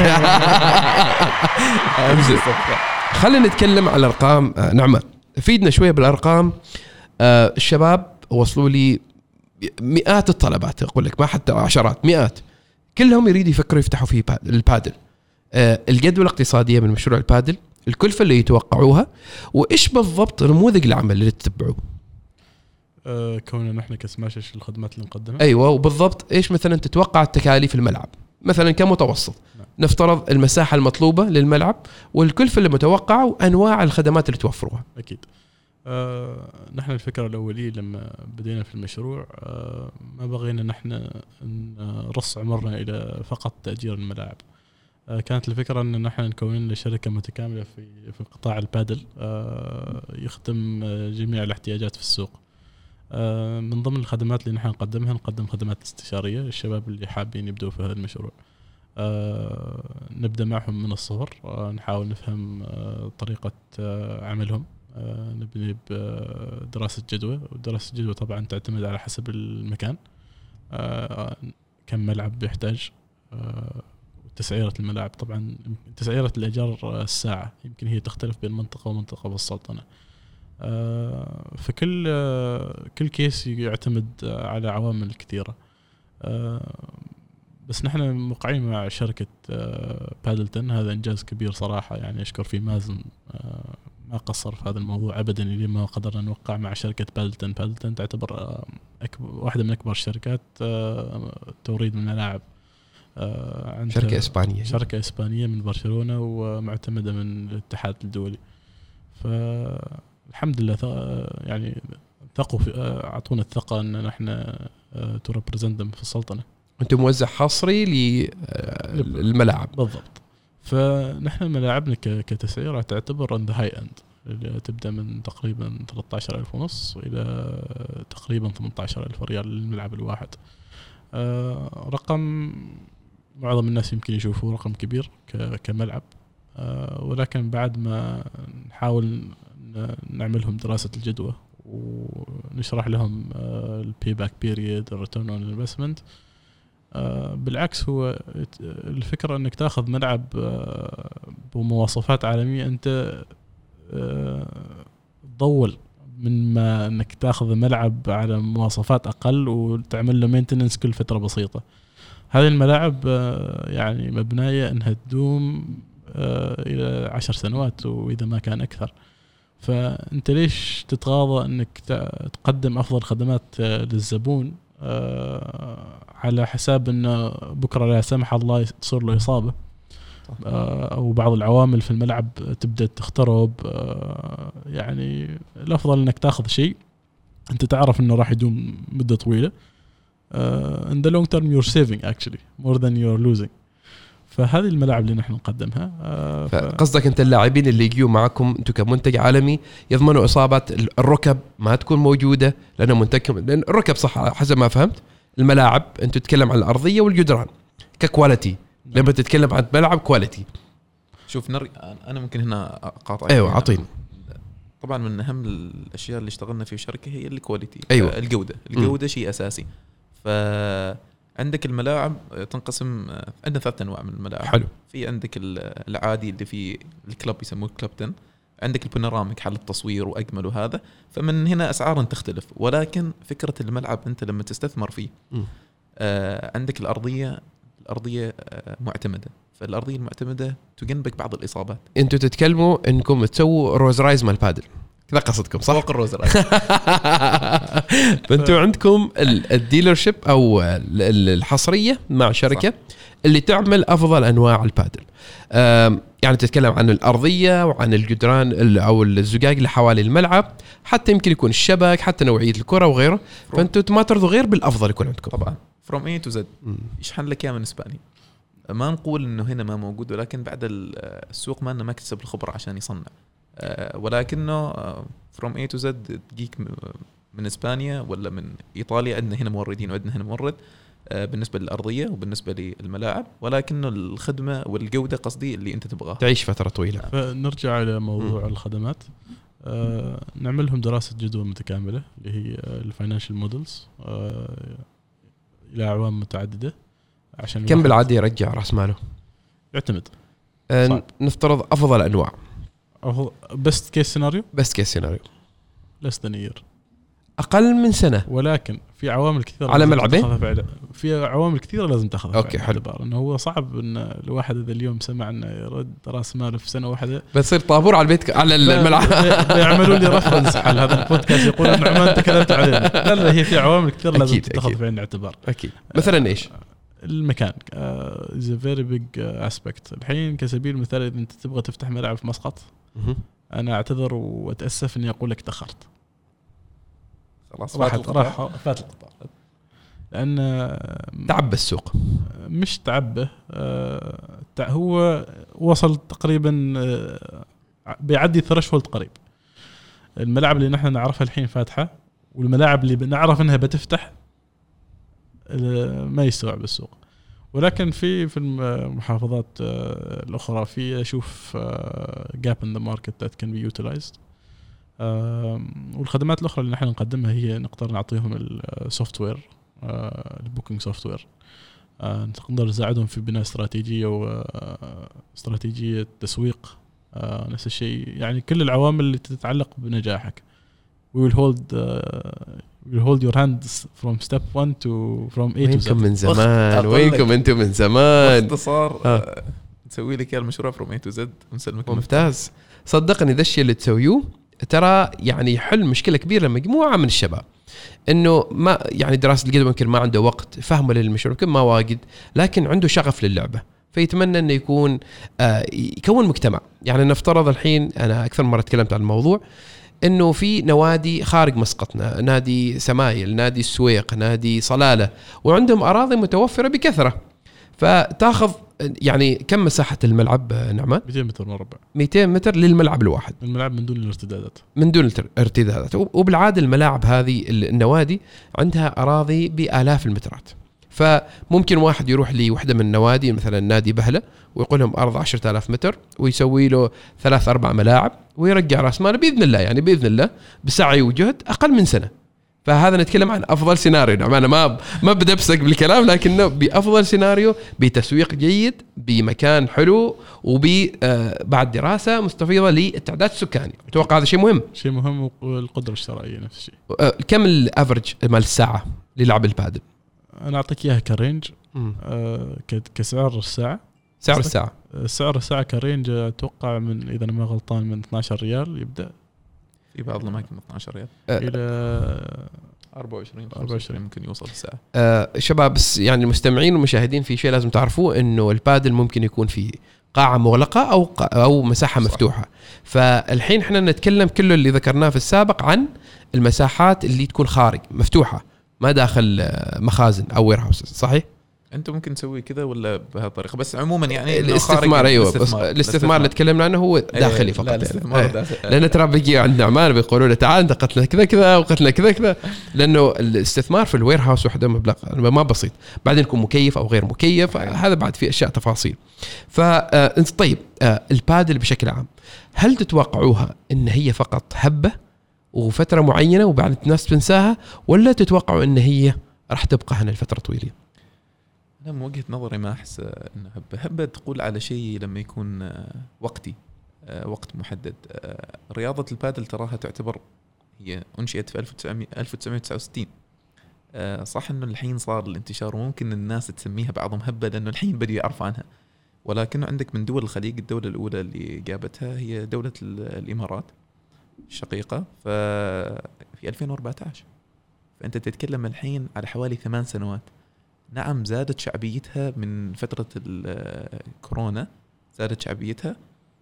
خلينا نتكلم على الارقام. نعمة فيدنا شويه بالارقام. الشباب وصلوا لي مئات الطلبات، اقول لك ما حتى عشرات، مئات، كلهم يريدوا يفكروا يفتحوا فيه البادل. الجدوى الاقتصاديه من مشروع البادل، الكلفه اللي يتوقعوها، وايش بالضبط نموذج العمل اللي تتبعوه. أه كوننا نحن كسماش ايش الخدمات اللي نقدمها. ايوه وبالضبط ايش مثلا تتوقع التكاليف الملعب مثلا كمتوسط. نعم. نفترض المساحه المطلوبه للملعب والكلفه اللي متوقعه وانواع الخدمات اللي توفروها. اكيد. آه نحن الفكره الاوليه لما بدينا في المشروع آه ما بغينا نحن نرص عمرنا الى فقط تاجير الملاعب. آه كانت الفكره ان نحن نكون لنا شركه متكامله في في قطاع البادل آه يخدم جميع الاحتياجات في السوق. آه من ضمن الخدمات اللي نحن نقدمها نقدم خدمات استشاريه للشباب اللي حابين يبدأوا في هذا المشروع. آه نبدا معهم من الصفر. آه نحاول نفهم آه طريقه آه عملهم. آه نبني بدراسة جدوى، ودراسة جدوى طبعا تعتمد على حسب المكان. آه كم ملعب بيحتاج، آه تسعيرة الملاعب. طبعا تسعيرة الإيجار الساعة يمكن هي تختلف بين منطقة ومنطقة بالسلطنة. آه فكل آه كل كيس يعتمد على عوامل كثيرة. آه بس نحن موقعين مع شركة آه بادلتون. هذا إنجاز كبير صراحة، يعني أشكر في مازن آه ما قصر في هذا الموضوع أبدا. اللي ما قدرنا نوقع مع شركة بادلتون. بادلتون تعتبر أكبر واحدة من أكبر الشركات توريد من الملاعب. شركة إسبانية شركة إسبانية من برشلونة ومعتمدة من الاتحاد الدولي. فالحمد لله يعني ثقوا أعطونا الثقة أن نحن تريبريزنتم في السلطنة. أنتم موزع حصري للملاعب بالضبط. فنحن ملاعبنا كتسعيرة تعتبر عند هاي اند، اللي تبدأ من تقريبا ثلاثة عشر ألف ونص إلى تقريبا ثمانية عشر ألف ريال للملعب الواحد. آه رقم معظم الناس يمكن يشوفوه رقم كبير كملعب. آه ولكن بعد ما نحاول نعملهم دراسة الجدوى ونشرح لهم البي باك بيريد، الريتيرن اون انفستمنت، آه بالعكس هو الفكرة انك تاخذ ملعب آه بمواصفات عالمية. انت آه تضول من ما انك تاخذ ملعب على مواصفات اقل وتعمل له مينتننس كل فترة بسيطة. هذه الملاعب آه يعني مبنية انها تدوم آه الى عشر سنوات واذا ما كان اكثر. فانت ليش تتغاضى انك تقدم افضل خدمات آه للزبون آه على حساب أن بكرة لا سمح الله تصير له إصابة آه أو بعض العوامل في الملعب تبدأ تخترب. آه يعني الأفضل أنك تأخذ شيء أنت تعرف أنه راح يدوم مدة طويلة. آه in the long term you're saving actually more than you're losing. فهذه الملاعب اللي نحن نقدمها. آه قصدك أنت اللاعبين اللي يجوا معكم أنتوا كمنتج عالمي يضمنوا إصابة الركب ما تكون موجودة لأنه منتج، لأن الركب صح حسب ما فهمت. الملاعب أنت تتكلم عن الأرضية والجدران ككواليتي. لما تتكلم عن ملعب كواليتي. شوف نر... أنا ممكن هنا أقاطع. أيوة عطيني. طبعا من أهم الأشياء اللي اشتغلنا في الشركة هي الكواليتي. أيوة. الجودة الجودة م. شيء أساسي. فعندك الملاعب تنقسم عندنا ثلاث أنواع من الملاعب. حلو. في عندك العادي اللي في الكلب يسموه كلب عشرة. عندك البانوراميك حل التصوير وأجمل وهذا. فمن هنا أسعار تختلف، ولكن فكرة الملعب أنت لما تستثمر فيه آه عندك الأرضية الأرضية آه معتمدة. فالأرضية المعتمدة تجنبك بعض الإصابات. أنتوا تتكلموا إنكم تسووا روز رايز مال بادل كذا قصدكم صح؟ فوق الروز رايز. فأنتوا عندكم الديلرشيب أو الحصرية مع شركة صح. اللي تعمل أفضل أنواع البادل. يعني تتكلم عن الأرضية وعن الجدران أو الزجاج اللي حوالي الملعب، حتى يمكن يكون الشبك، حتى نوعية الكرة وغيره. فأنتوا ما ترضوا غير بالأفضل يكون عندكم طبعا from A to Z. يشحن لك إياه من إسبانيا. ما نقول انه هنا ما موجود، ولكن بعد السوق ما انه ما كتسب الخبره عشان يصنع، ولكنه from A to Z تجيك من اسبانيا ولا من ايطاليا، عندنا هنا موردين وعندنا هنا مورد بالنسبه للارضيه وبالنسبه للملاعب، ولكنه الخدمه والجوده قصدي اللي انت تبغاها تعيش فتره طويله. فنرجع الى موضوع م. الخدمات. آه نعمل لهم دراسه جدوى متكامله اللي هي الفاينانشال مودلز آه الى اعوام متعدده. عشان كم بالعاده يرجع راس ماله؟ يعتمد آه نفترض افضل انواع او بيست كيس سيناريو. بيست كيس سيناريو less than a year، اقل من سنه، ولكن في عوامل كثيره على ملعبين. في عوامل كثيره لازم تاخذها. اوكي حلو. انه هو صعب ان الواحد اذا اليوم سمع انه يرد راس ماله في سنه واحده بتصير طابور على البيت على الملعب يعملوا لي رفرنس حل هذا البودكاست يقولون نعمان انت كذبت علينا. لا لا هي في عوامل كثيره لازم تاخذ في الاعتبار. اكيد. مثلا ايش؟ المكان از ا فيري بيج اسبكت. الحين كسبيل المثال اذا انت تبغى تفتح ملعب في مسقط، انا اعتذر واتاسف اني اقول لك تاخرت، خلاص راح راح فات القطار، لأن تعب السوق مش تعبه. هو وصل تقريبا بيعدي ثريشولد قريب. الملاعب اللي نحن نعرفها الحين فاتحة، والملاعب اللي بنعرف انها بتفتح ما يستوعب السوق. ولكن في في المحافظات الأخرى في أشوف gap in the market that can be utilized. والخدمات الأخرى اللي نحن نقدمها هي نقدر نعطيهم السوفت وير، البوكينج سوفت وير، نقدر نساعدهم في بناء استراتيجية واستراتيجية تسويق، نفس الشيء يعني كل العوامل اللي تتعلق بنجاحك. we will hold uh, we will hold your hands from step one to from A to Z. وينكم من زمان، وينكم انتم من زمان. باختصار آه. نسوي لك المشروع from A to Z ونسلمك. ممتاز. صدقني ذا الشيء اللي تسويه ترى يعني حل مشكلة كبيرة لمجموعة من الشباب، انه ما يعني دراسة الجدوى ممكن ما عنده وقت، فهمه للمشروع ممكن ما واجد، لكن عنده شغف للعبة، فيتمنى انه يكون آه يكون مجتمع. يعني نفترض الحين انا اكثر مرة تكلمت عن الموضوع انه في نوادي خارج مسقطنا، نادي سمايل، نادي السويق، نادي صلالة، وعندهم اراضي متوفرة بكثرة، فتاخذ يعني كم مساحة الملعب نعمان؟ مئتين متر مربع. مئتين متر للملعب الواحد، الملعب من دون الارتدادات، من دون الارتدادات. وبالعادة الملاعب هذه النوادي عندها أراضي بآلاف المترات، فممكن واحد يروح لي وحدة من النوادي مثلا نادي بهلة ويقول لهم أرض عشرة آلاف متر ويسوي له ثلاث أربع ملاعب ويرجع رأس ماله بإذن الله، يعني بإذن الله بسعي وجهد أقل من سنة. فهذا نتكلم عن أفضل سيناريو. نعم أنا ما ما بدي أبسق بالكلام، لكنه بأفضل سيناريو، بتسويق جيد، بمكان حلو، وبعد دراسة مستفيضة للتعداد السكاني. أتوقع هذا شيء مهم. شيء مهم. والقدرة الشرائية نفس الشيء. كم الأفرج مال الساعة للعب البادل؟ أنا أعطيك إياها كرينج. آه كسعر الساعة. سعر الساعة. سعر الساعة كرينج أتوقع من إذا أنا ما غلطان من اثنا عشر ريال يبدأ. في بعض الأماكن من اثنا عشر ريال أه إلى أربعة وعشرين أربعة وعشرين ممكن يوصل الساعة. أه شباب، بس يعني المستمعين والمشاهدين في شيء لازم تعرفوه، إنه البادل ممكن يكون في قاعة مغلقة أو أو مساحة صح. مفتوحة. فالحين إحنا نتكلم كله اللي ذكرناه في السابق عن المساحات اللي تكون خارج مفتوحة، ما داخل مخازن أو وير هاوس. صحيح؟ انت ممكن تسوي كذا ولا بهالطريقه، بس عموما يعني الاستثمار. ايوه الاستثمار, الاستثمار اللي تكلمنا عنه هو داخلي أيه فقط. لا الاستثمار يعني. أيه. لان ترى بيجي عند نعمان بيقولوا له تعال انت قتلنا كذا كذا وقتلنا كذا كذا، لانه الاستثمار في الوير هاوس وحده مبلغ ما بسيط، بعدين يكون مكيف او غير مكيف، هذا بعد في اشياء تفاصيل. فانت طيب البادل بشكل عام هل تتوقعوها ان هي فقط هبه وفتره معينه وبعد الناس تنساها، ولا تتوقعوا ان هي راح تبقى هنا لفتره طويله؟ أنا من وجهة نظري ما أحس إنه هبة. هبة تقول على شيء لما يكون وقتي، وقت محدد. رياضة البادل تراها تعتبر هي أنشئت في ألف وتسعمائة وتسعة وستين. صح إنه الحين صار الانتشار وممكن الناس تسميها بعضهم هبة لأنه الحين بدوا يعرفوا عنها، ولكن عندك من دول الخليج الدولة الأولى اللي جابتها هي دولة الإمارات الشقيقة في ألفين وأربعة عشر. فأنت تتكلم الحين على حوالي ثمان سنوات. نعم زادت شعبيتها من فترة الكورونا، زادت شعبيتها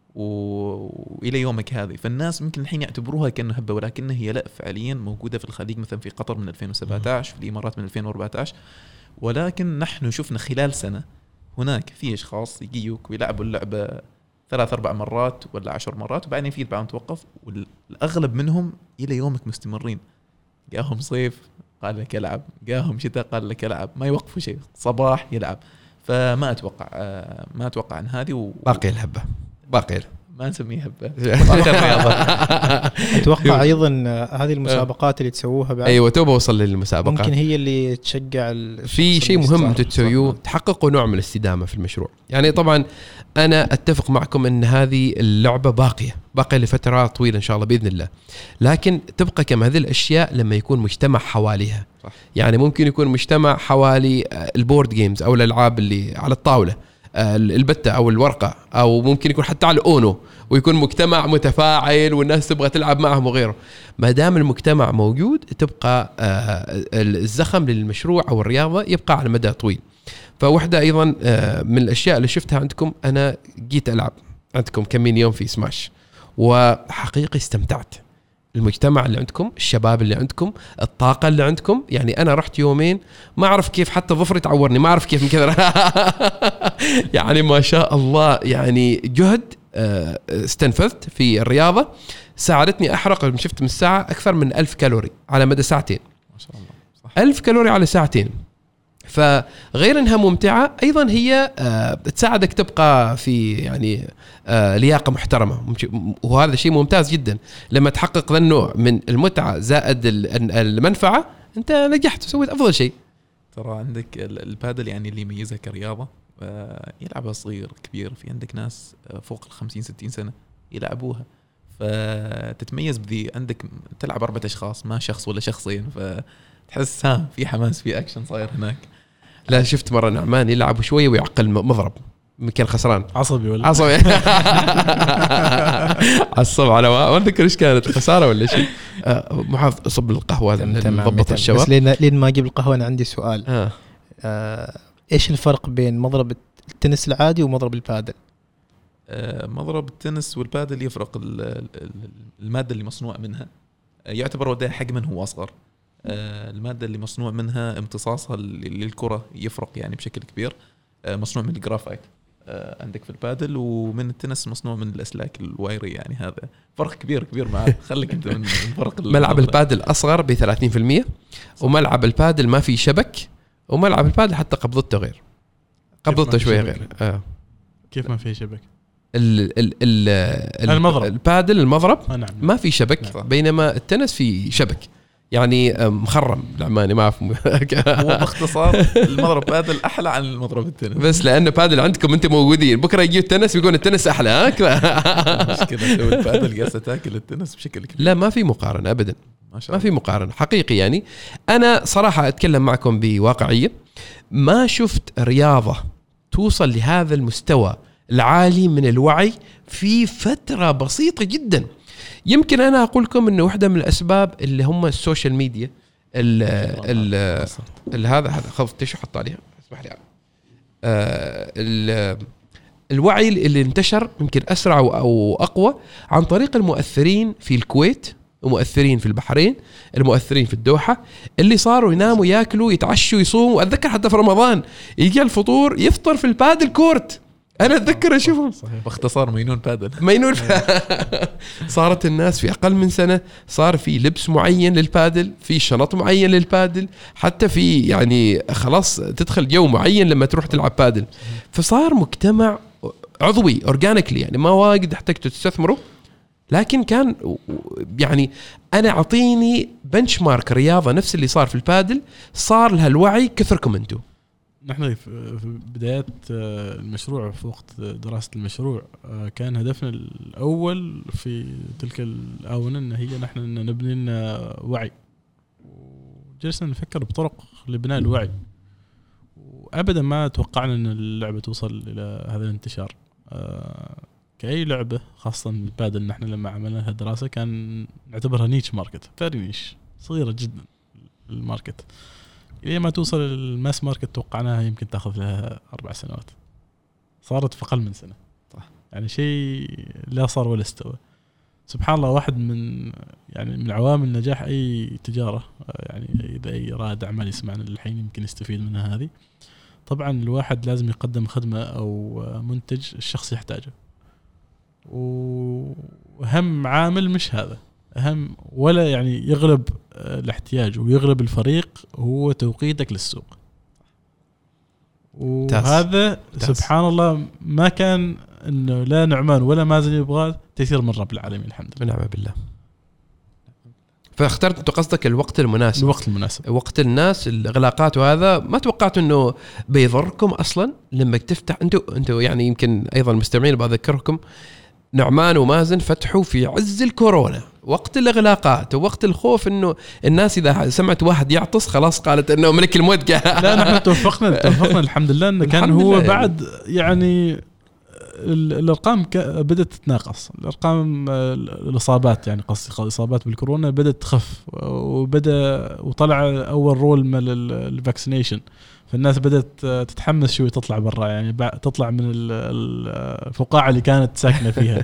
وإلى يومك هذه. فالناس ممكن الحين يعتبروها كأنه هبة، ولكنها هي لا، فعليا موجودة في الخليج مثلا في قطر من ألفين وسبعة عشر، في الإمارات من ألفين وأربعة عشر. ولكن نحن شفنا خلال سنة هناك في اشخاص يجيوك ويلعبوا اللعبه ثلاث اربع مرات ولا عشر مرات وبعدين في بعضهم توقف، والاغلب منهم الى يومك مستمرين. جاهم صيف قال لك العب، جاهم شتاء قال لك العب، ما يوقفوا شيء، صباح يلعب. فما اتوقع ما اتوقع عن هذه و... باقي الهبه باقي ما نسميها هبه. اتوقع ايضا هذه المسابقات اللي تسووها بعد ايوه توبه وصل للمسابقات ممكن هي اللي تشجع. في شيء مهم انتم تسويوه، تحققوا نوع من الاستدامه في المشروع. يعني طبعا انا اتفق معكم ان هذه اللعبه باقيه باقيه لفترات طويله ان شاء الله باذن الله، لكن تبقى كم هذه الاشياء لما يكون مجتمع حواليها. صح. يعني ممكن يكون مجتمع حوالي البورد جيمز او الالعاب اللي على الطاوله، البتة أو الورقة، أو ممكن يكون حتى على الأونو، ويكون مجتمع متفاعل والناس تبغى تلعب معهم وغيره. ما دام المجتمع موجود تبقى الزخم للمشروع أو الرياضة يبقى على مدى طويل. فوحدة أيضا من الأشياء اللي شفتها عندكم، أنا جيت ألعب عندكم كمين يوم في سماش وحقيقي استمتعت. المجتمع اللي عندكم، الشباب اللي عندكم، الطاقة اللي عندكم، يعني أنا رحت يومين ما أعرف كيف حتى ظفري تعورني، ما أعرف كيف من كذا يعني ما شاء الله، يعني جهد استنفذت في الرياضة ساعدتني أحرق، شفت من الساعة أكثر من ألف كالوري على مدى ساعتين. ما شاء الله صح. ألف كالوري على ساعتين. فغير انها ممتعه ايضا هي تساعدك تبقى في يعني لياقه محترمه، وهذا شيء ممتاز جدا. لما تحقق ذا النوع من المتعه زائد المنفعه انت نجحت وسويت افضل شيء. ترى عندك البادل يعني اللي يميزها كرياضه يلعبها صغير كبير، في عندك ناس فوق الخمسين ستين سنه يلعبوها، فتتميز بذي. عندك تلعب أربعة أشخاص ما شخص ولا شخصين، فتحس ها في حماس في أكشن صاير هناك. لا شفت مرة نعمان يلعب شوية ويعقل مضرب، كان خسران عصبي ولا عصبي عصب على ما أذكر إيش كانت خسارة ولا شيء. محافظ صب القهوة نضبط الشباب. بس لين لين ما أجيب القهوة أنا عندي سؤال. آه. آه إيش الفرق بين مضرب التنس العادي ومضرب البادل؟ مضرب التنس والبادل يفرق المادة اللي مصنوع منها، يعتبر وداه حجما هو أصغر. المادة اللي مصنوع منها امتصاصها للكرة يفرق يعني بشكل كبير. مصنوع من الجرافايت عندك في البادل، ومن التنس مصنوع من الأسلاك الوايري، يعني هذا فرق كبير كبير معه. خليك انت من فرق. ملعب البادل أصغر ب ثلاثين بالمئة، وملعب البادل ما في شبك، وملعب البادل حتى قبضته غير، قبضته شوية غير. آه. كيف ما في شبك؟ ال ال ال المضرب البادل المضرب آه نعم. ما في شبك. نعم. بينما التنس في شبك، يعني مخرم العماني ما أعرف. هو باختصار المضرب بادل أحلى عن المضرب التنس، بس لأنه بادل عندكم أنتم موجودين، بكرة يجي التنس بيكون التنس أحلى. ها مش كذا لو البادل جالسة تاكل التنس بشكل كبير. لا ما في مقارنة أبدا، ما, ما في مقارنة حقيقي. يعني أنا صراحة أتكلم معكم بواقعية، ما شفت رياضة توصل لهذا المستوى العالي من الوعي في فترة بسيطة جدا. يمكن أنا أقول لكم إنه واحدة من الأسباب اللي هم السوشيال ميديا، ال ال ال هذا هذا خذ تشو حط عليها اسمح لي. آه الوعي اللي انتشر يمكن أسرع أو أقوى عن طريق المؤثرين في الكويت، ومؤثرين في البحرين، المؤثرين في الدوحة، اللي صاروا يناموا ياكلوا يتعشوا يصوموا. أتذكر حتى في رمضان يجي الفطور يفطر في البادل كورت، أنا أتذكر أشوفهم. باختصار مينون بادل مينون. صارت الناس في أقل من سنة صار في لبس معين للبادل، في شنط معين للبادل، حتى في يعني خلاص تدخل جو معين لما تروح تلعب بادل. فصار مجتمع عضوي أورجانيكلي، يعني ما واجد احتجتوا تستثمروا، لكن كان يعني أنا أعطيني بنش مارك رياضة نفس اللي صار في البادل، صار لها الوعي كثركم أنتوا. نحن في بداية المشروع، في وقت دراسة المشروع، كان هدفنا الأول في تلك الآونة أن هي نحن نبني لنا وعي، وجلسنا نفكر بطرق لبناء الوعي، وأبدا ما توقعنا أن اللعبة توصل إلى هذا الانتشار. كأي لعبة خاصة البادل، نحن لما عملنا لها دراسة كان نعتبرها نيش ماركت، فاري نيش صغيرة جدا الماركت. إلى ما توصل الماس ماركت توقعناها يمكن تأخذ لها أربع سنوات، صارت في أقل من سنة. صح. يعني شيء لا صار ولا استوى. سبحان الله، واحد من يعني من عوامل نجاح أي تجارة، يعني إذا أي رائد أعمال يسمعنا الحين يمكن يستفيد منها هذه. طبعا الواحد لازم يقدم خدمة أو منتج الشخص يحتاجه، وأهم عامل مش هذا أهم ولا يعني يغلب الاحتياج ويغلب الفريق هو توقيتك للسوق. وهذا تاس. سبحان الله ما كان إنه لا نعمان ولا مازن يبغى تيسير من رب العالمين الحمد لله. نعم بالله. فاخترت انت قصدك الوقت المناسب. الوقت المناسب. وقت الناس الاغلاقات، وهذا ما توقعت انه بيضركم اصلا لما تفتح. انتوا انتوا يعني يمكن ايضا المستمعين بذكركم نعمان ومازن فتحوا في عز الكورونا، وقت الاغلاقات ووقت الخوف انه الناس اذا سمعت واحد يعطس خلاص قالت انه ملك الموت. لا نحن توفقنا توفقنا الحمد لله انه كان هو بعد يعني الارقام بدات تتناقص، الارقام الاصابات يعني قصدي الاصابات بالكورونا بدات تخف، وبدا وطلع اول رول من الفاكسينيشن، فالناس بدات تتحمس شوي تطلع برا يعني تطلع من الفقاعه اللي كانت ساكنه فيها.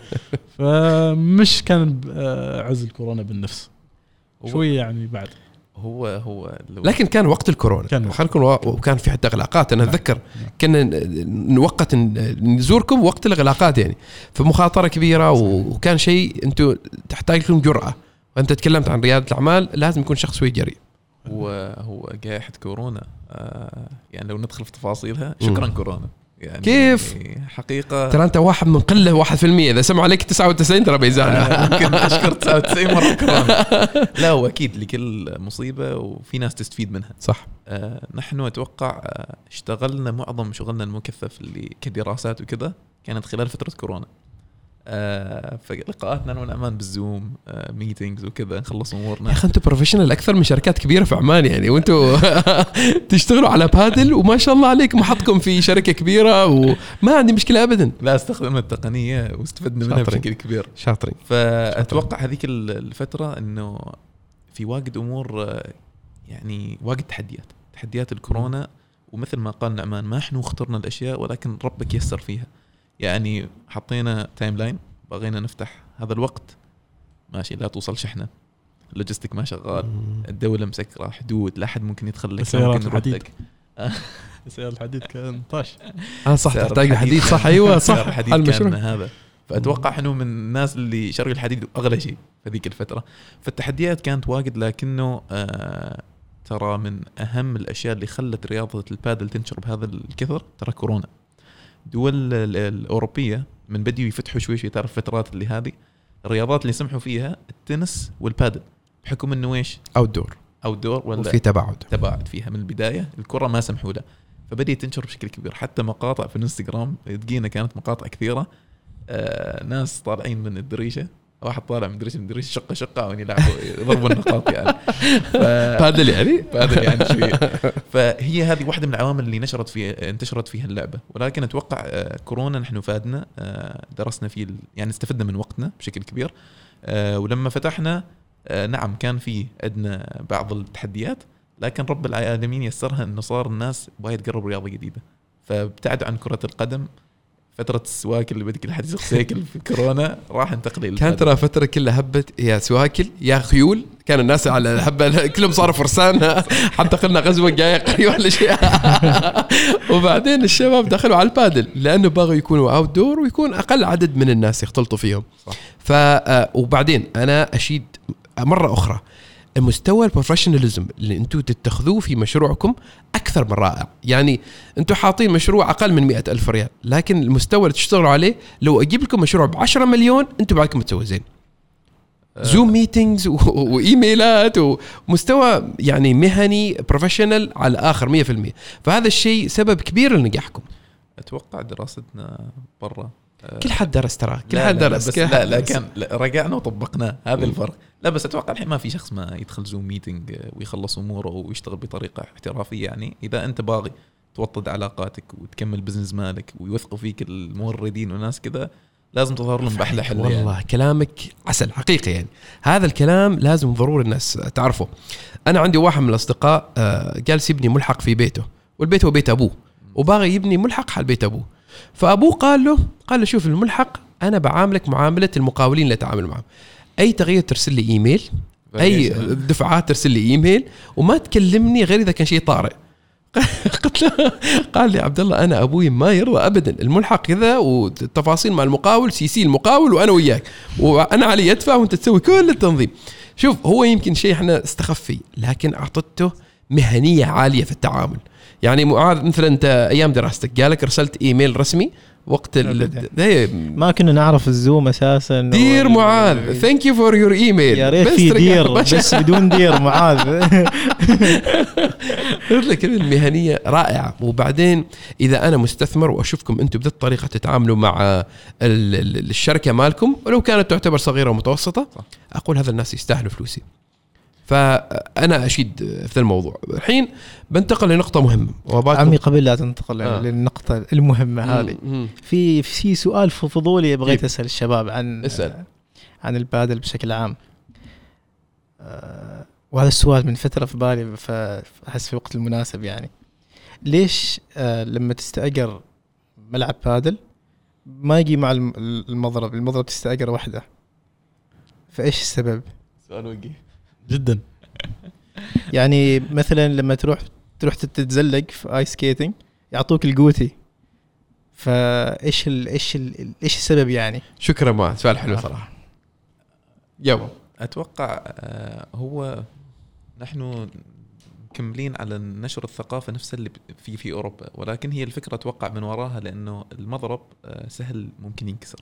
فمش كان عز الكورونا بالنفس شوي يعني بعد هو هو لكن كان وقت الكورونا كان خلكم وكان في حتى اغلاقات. انا اتذكر كنا نوقت نزوركم وقت الاغلاقات يعني، فمخاطره كبيره وكان شيء انتم تحتاج لكم جرأه. وانت تكلمت عن رياده الاعمال لازم يكون شخص شوي جريء. هو هو جائحه كورونا آه يعني لو ندخل في تفاصيلها شكرا م. كورونا يعني كيف حقيقه ترى انت واحد من قله واحد في المية، اذا سمعوا عليك تسعة وتسعين ترى بيزعل. ممكن اشكر تسعة وتسعين مره كورونا. لا هو اكيد لكل مصيبه وفي ناس تستفيد منها صح. آه نحن اتوقع آه اشتغلنا معظم شغلنا المكثف اللي كدراسات وكذا كانت خلال فتره كورونا. آه فلقاءاتنا انا ونعمان بالزوم آه ميتينجز وكذا نخلص امورنا. يا اخي انتم بروفيشنال اكثر من شركات كبيره في عمان يعني، وانتم تشتغلوا على بادل وما شاء الله عليكم محطكم في شركه كبيره وما عندي مشكله ابدا. لا استخدمنا التقنيه واستفدنا منها بشكل كبير. شاطرين. فاتوقع هذيك الفتره انه في واجد امور يعني واجد تحديات تحديات الكورونا، ومثل ما قال نعمان ما احنا اخترنا الاشياء ولكن ربك يسر فيها. يعني حطينا تايم لاين بغينا نفتح هذا الوقت ماشي، لا توصل شحنه، اللوجستيك ما شغال، الدوله مسكره، حدود لا احد ممكن يدخل لك، ممكن يردك. سيارة الحديد كان طاش. اه صح تحتاج حديد صح. ايوه صح الحديد كان هذا. فاتوقع انه من الناس اللي شروا الحديد اغلى شيء في ذيك الفتره. فالتحديات كانت واجد، لكنه آه ترى من اهم الاشياء اللي خلت رياضه البادل تنشر بهذا الكثر ترى كورونا. دول الأوروبية من بديوا يفتحوا شوي شوي، تعرف فترات اللي هذه الرياضات اللي سمحوا فيها التنس والبادل بحكم انه ايش اوت دور اوت دور ولا في تباعد تباعد فيها من البداية. الكرة ما سمحوا لها فبدأت تنشر بشكل كبير. حتى مقاطع في الانستغرام تجينا كانت مقاطع كثيرة آه ناس طالعين من الدريشة، واحد طالع من دريشة من دريشة شقة شقة وين يلعبوا يضربوا النقاط يعني بادل يعني بادل يعني شوي. فهي هذه واحدة من العوامل اللي نشرت فيها انتشرت فيها اللعبة. ولكن أتوقع كورونا نحن فادنا درسنا فيه يعني استفدنا من وقتنا بشكل كبير. ولما فتحنا نعم كان فيه عندنا بعض التحديات، لكن رب العالمين يسرها إنه صار الناس وايد تقرب رياضة جديدة، فابتعد عن كرة القدم. فترة السواكل اللي بدك الحديث سيكل في كورونا راح انتقل إلى كان ترى فترة كلها هبت يا سواكل يا خيول، كان الناس على الهبة كلهم صاروا فرسان حتى قلنا غزوة جاية قريبا ولا شيء. وبعدين الشباب دخلوا على البادل لأنه بغوا يكونوا أوت دور ويكون أقل عدد من الناس يختلطوا فيهم. ف وبعدين أنا أشيد مرة أخرى المستوى البروفيشناليزم اللي انتم تتخذوه في مشروعكم أكثر من رائع. يعني انتم حاطين مشروع أقل من مئة ألف ريال، لكن المستوى اللي تشتغلوا عليه لو أجيب لكم مشروع بعشرة مليون انتم بعدكم متسوزين. زوم ميتينجز وإيميلات ومستوى يعني مهني بروفيشنال على آخر مية في المية. فهذا الشيء سبب كبير لنجاحكم. أتوقع دراستنا برا كل حد درس ترى كل لا حد لا درس بس لا لا كان رجعنا وطبقناه هذا الفرق. لا بس أتوقع الحين ما في شخص ما يدخل زوم ميتينج ويخلص أموره ويشتغل بطريقة احترافية. يعني إذا أنت باغي توطد علاقاتك وتكمل بزنس مالك ويوثقوا فيك الموردين وناس كذا لازم تظهر لهم بأحلى حل. والله يعني. كلامك عسل حقيقي. يعني هذا الكلام لازم ضروري الناس تعرفه. أنا عندي واحد من الأصدقاء جالس يبني ملحق في بيته، والبيت هو بيت أبوه وباغي يبني ملحق حال بيت أبوه. فأبوه قال له قال له شوف الملحق أنا بعاملك معاملة المقاولين اللي تعامل معهم، أي تغيير ترسل لي إيميل، أي دفعات ترسل لي إيميل، وما تكلمني غير إذا كان شيء طارئ. قلت قلت له قال لي عبد الله انا ابوي ما يرضى ابدا الملحق كذا والتفاصيل مع المقاول سي سي المقاول وانا وياك وانا علي ادفع وانت تسوي كل التنظيم. شوف هو يمكن شيء احنا استخفي لكن اعطته مهنيه عاليه في التعامل. يعني معاذ مثلا انت ايام دراستك قالك ارسلت ايميل رسمي وقت ما كنا نعرف الزوم اساسا. دير معاذ ثانك يو فور يور ايميل يا ريت في دير بس بدون دير معاذ. لك المهنيه رائعه. وبعدين اذا انا مستثمر واشوفكم انتم بهذه الطريقه تتعاملوا مع الشركه مالكم ولو كانت تعتبر صغيره ومتوسطه اقول هذا الناس يستاهلوا فلوسي. فأنا أشيد في الموضوع. الحين بنتقل لنقطة مهمة عمي قبل لا تنتقل آه. للنقطة المهمة هذه في في سؤال فضولي بغيت أسأل الشباب عن اسأل. عن البادل بشكل عام آه وهذا السؤال من فترة في بالي فأحس في الوقت المناسب. يعني ليش آه لما تستأجر ملعب بادل ما يجي مع المضرب المضرب تستأجر واحدة فإيش السبب؟ سؤال وجيه جدا. يعني مثلا لما تروح تروح تتزلق في ايس سكيتنج يعطوك الجوتي فايش ال ايش ال ايش السبب يعني؟ شكرا ما سؤال حلو صراحه. يلا اتوقع هو نحن مكملين على نشر الثقافه نفسها اللي في في اوروبا ولكن هي الفكره اتوقع من وراها لانه المضرب سهل ممكن ينكسر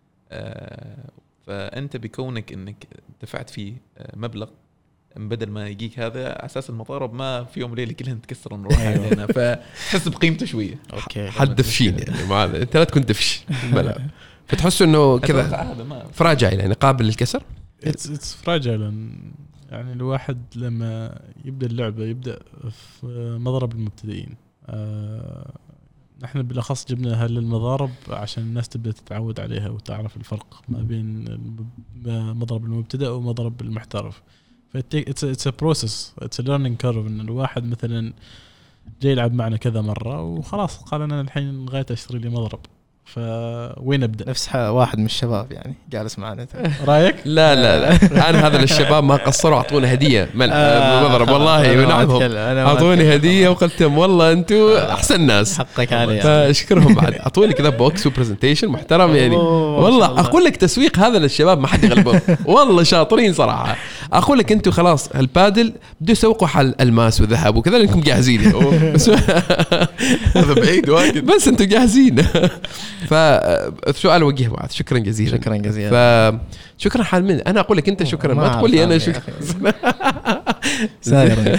فانت بكونك انك دفعت فيه مبلغ بدل ما يجيك هذا اساس المضارب ما في يوم وليله كلها تكسر نروح علينا فتحس بقيمته شويه. اوكي حد دفشين يعني ما انت لا تكون دفش الملعب فتحس انه كذا فراجع يعني قابل للكسر. اتس فراجع يعني الواحد لما يبدا اللعبه يبدا في مضرب المبتدئين. آه نحن بالاخص جبنا هالمضارب عشان الناس تبدا تتعود عليها وتعرف الفرق ما بين مضرب المبتدئ ومضرب المحترف. فاتس اتس ا بروسس اتس ا ليرنينج كيرف ان الواحد مثلا جاي يلعب معنا كذا مره وخلاص قال انا الحين لغايه اشتري لي مضرب فوين ابدا؟ نفس واحد من الشباب يعني جالس معنا رايك؟ لا لا لا انا هذا للشباب ما قصروا اعطونا هديه مضرب والله ونعمهم اعطوني هديه وقلت لهم والله انتم احسن ناس حقك علي فاشكرهم بعد اعطوني كذا بوكس وبرزنتيشن محترم يعني والله اقول لك تسويق هذا للشباب ما حد يغلبهم والله شاطرين صراحه. اقول لك انتم خلاص البادل بدو يسوقوا حل الماس وذهب وكذا لانكم جاهزين هذا بعيد واجد بس انتم جاهزين. فسؤال وجيه بعد شكرا جزيلا. شكرا جزيلا فشكرا حال من انا اقول لك انت شكرا ما تقول لي انا شكرا سائر.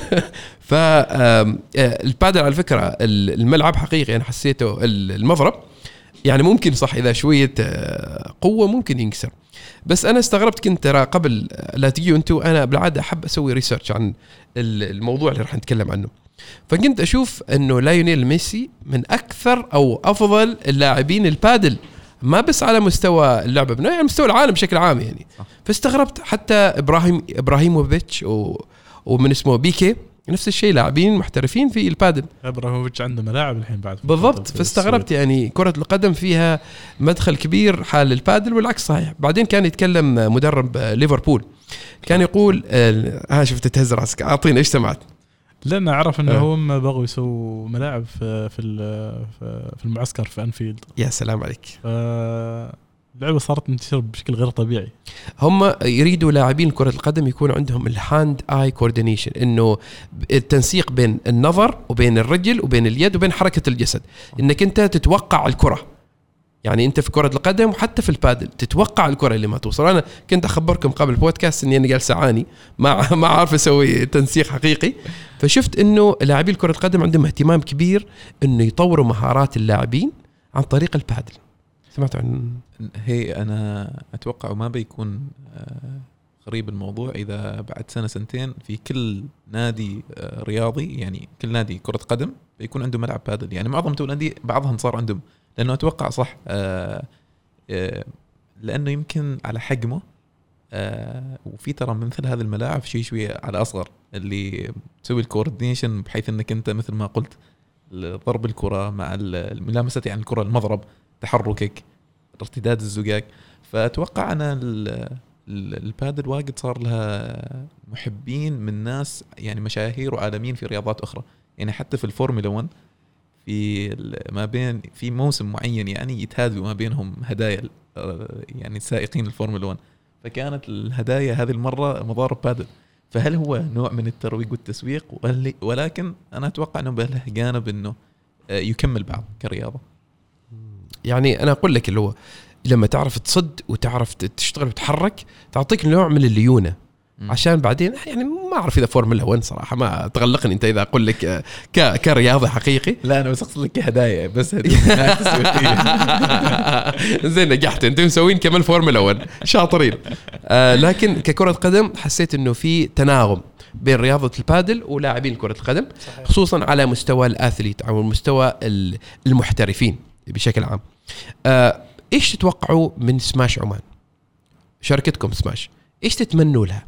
فالبادل على فكره الملعب حقيقي انا حسيته المضرب يعني ممكن صح اذا شويه قوه ممكن ينكسر بس انا استغربت كنت ترى قبل لا تجي انتوا انا بالعاده احب اسوي ريسيرش عن الموضوع اللي راح نتكلم عنه فكنت أشوف أنه ليونيل ميسي من أكثر أو أفضل اللاعبين البادل ما بس على مستوى اللعبة بنا يعني مستوى العالم بشكل عام يعني. فاستغربت حتى إبراهيم إبراهيموفيتش و... ومن اسمه بيكي نفس الشيء لاعبين محترفين في البادل. إبراهيموفيتش عنده ملاعب الحين بعد بالضبط. فاستغربت يعني كرة القدم فيها مدخل كبير حال البادل والعكس صحيح. بعدين كان يتكلم مدرب ليفربول كان يقول ها شفت تهز راسك أعطينا إيش سمعت. لأن أعرف أنه أه. هم بغوا يسووا ملاعب في في في المعسكر في أنفيلد. يا سلام عليك. اللعبة صارت تنتشر بشكل غير طبيعي. هم يريدوا لاعبين كرة القدم يكون عندهم الهاند آي كوردينيشن إنه التنسيق بين النظر وبين الرجل وبين اليد وبين حركة الجسد إنك أنت تتوقع الكرة. يعني أنت في كرة القدم وحتى في البادل تتوقع الكرة اللي ما توصل. أنا كنت أخبركم قبل البودكاست إني أنا جالس أعاني ما ما عارف أسوي تنسيق حقيقي فشفت إنه لاعبي كرة القدم عندهم اهتمام كبير إنه يطوروا مهارات اللاعبين عن طريق البادل. سمعت عن هي أنا أتوقع ما بيكون غريب الموضوع إذا بعد سنة سنتين في كل نادي رياضي يعني كل نادي كرة قدم بيكون عنده ملعب بادل. يعني معظم النادي بعضهم صار عندهم لأنه أتوقع صح آآ آآ لأنه يمكن على حجمه وفي ترى مثل هذه الملاعب شيء شوية على أصغر اللي تسوي الكوردينيشن بحيث أنك أنت مثل ما قلت ضرب الكرة مع الملامسة يعني الكرة المضرب تحركك ارتداد الزجاج. فأتوقع أنا البادل واجد صار لها محبين من ناس يعني مشاهير وعالمين في رياضات أخرى. يعني حتى في الفورمولا واحد في ما بين في موسم معين يعني يتهادوا ما بينهم هدايا يعني سائقين الفورمولا واحد، فكانت الهدايا هذه المرة مضارب بادل. فهل هو نوع من الترويج والتسويق؟ ولكن أنا أتوقع أنه بله جانب أنه يكمل بعض كرياضة. يعني أنا أقول لك اللي هو لما تعرف تصد وتعرف تشتغل وتحرك تعطيك نوع من الليونة، عشان بعدين يعني ما أعرف إذا فورمولا واحد صراحة ما تغلقني أنت إذا أقول لك ك كرياضة حقيقي. لا أنا بس أقصد لك هدايا بس هدية زين نجحت أنتم مسوين كمان فورمولا واحد شاطرين. آه لكن ككرة قدم حسيت إنه في تناغم بين رياضة البادل ولاعبين كرة القدم، خصوصا على مستوى الأثليت أو المستوى المحترفين بشكل عام. آه إيش تتوقعوا من سماش عمان؟ شركتكم سماش إيش تتمنوا لها؟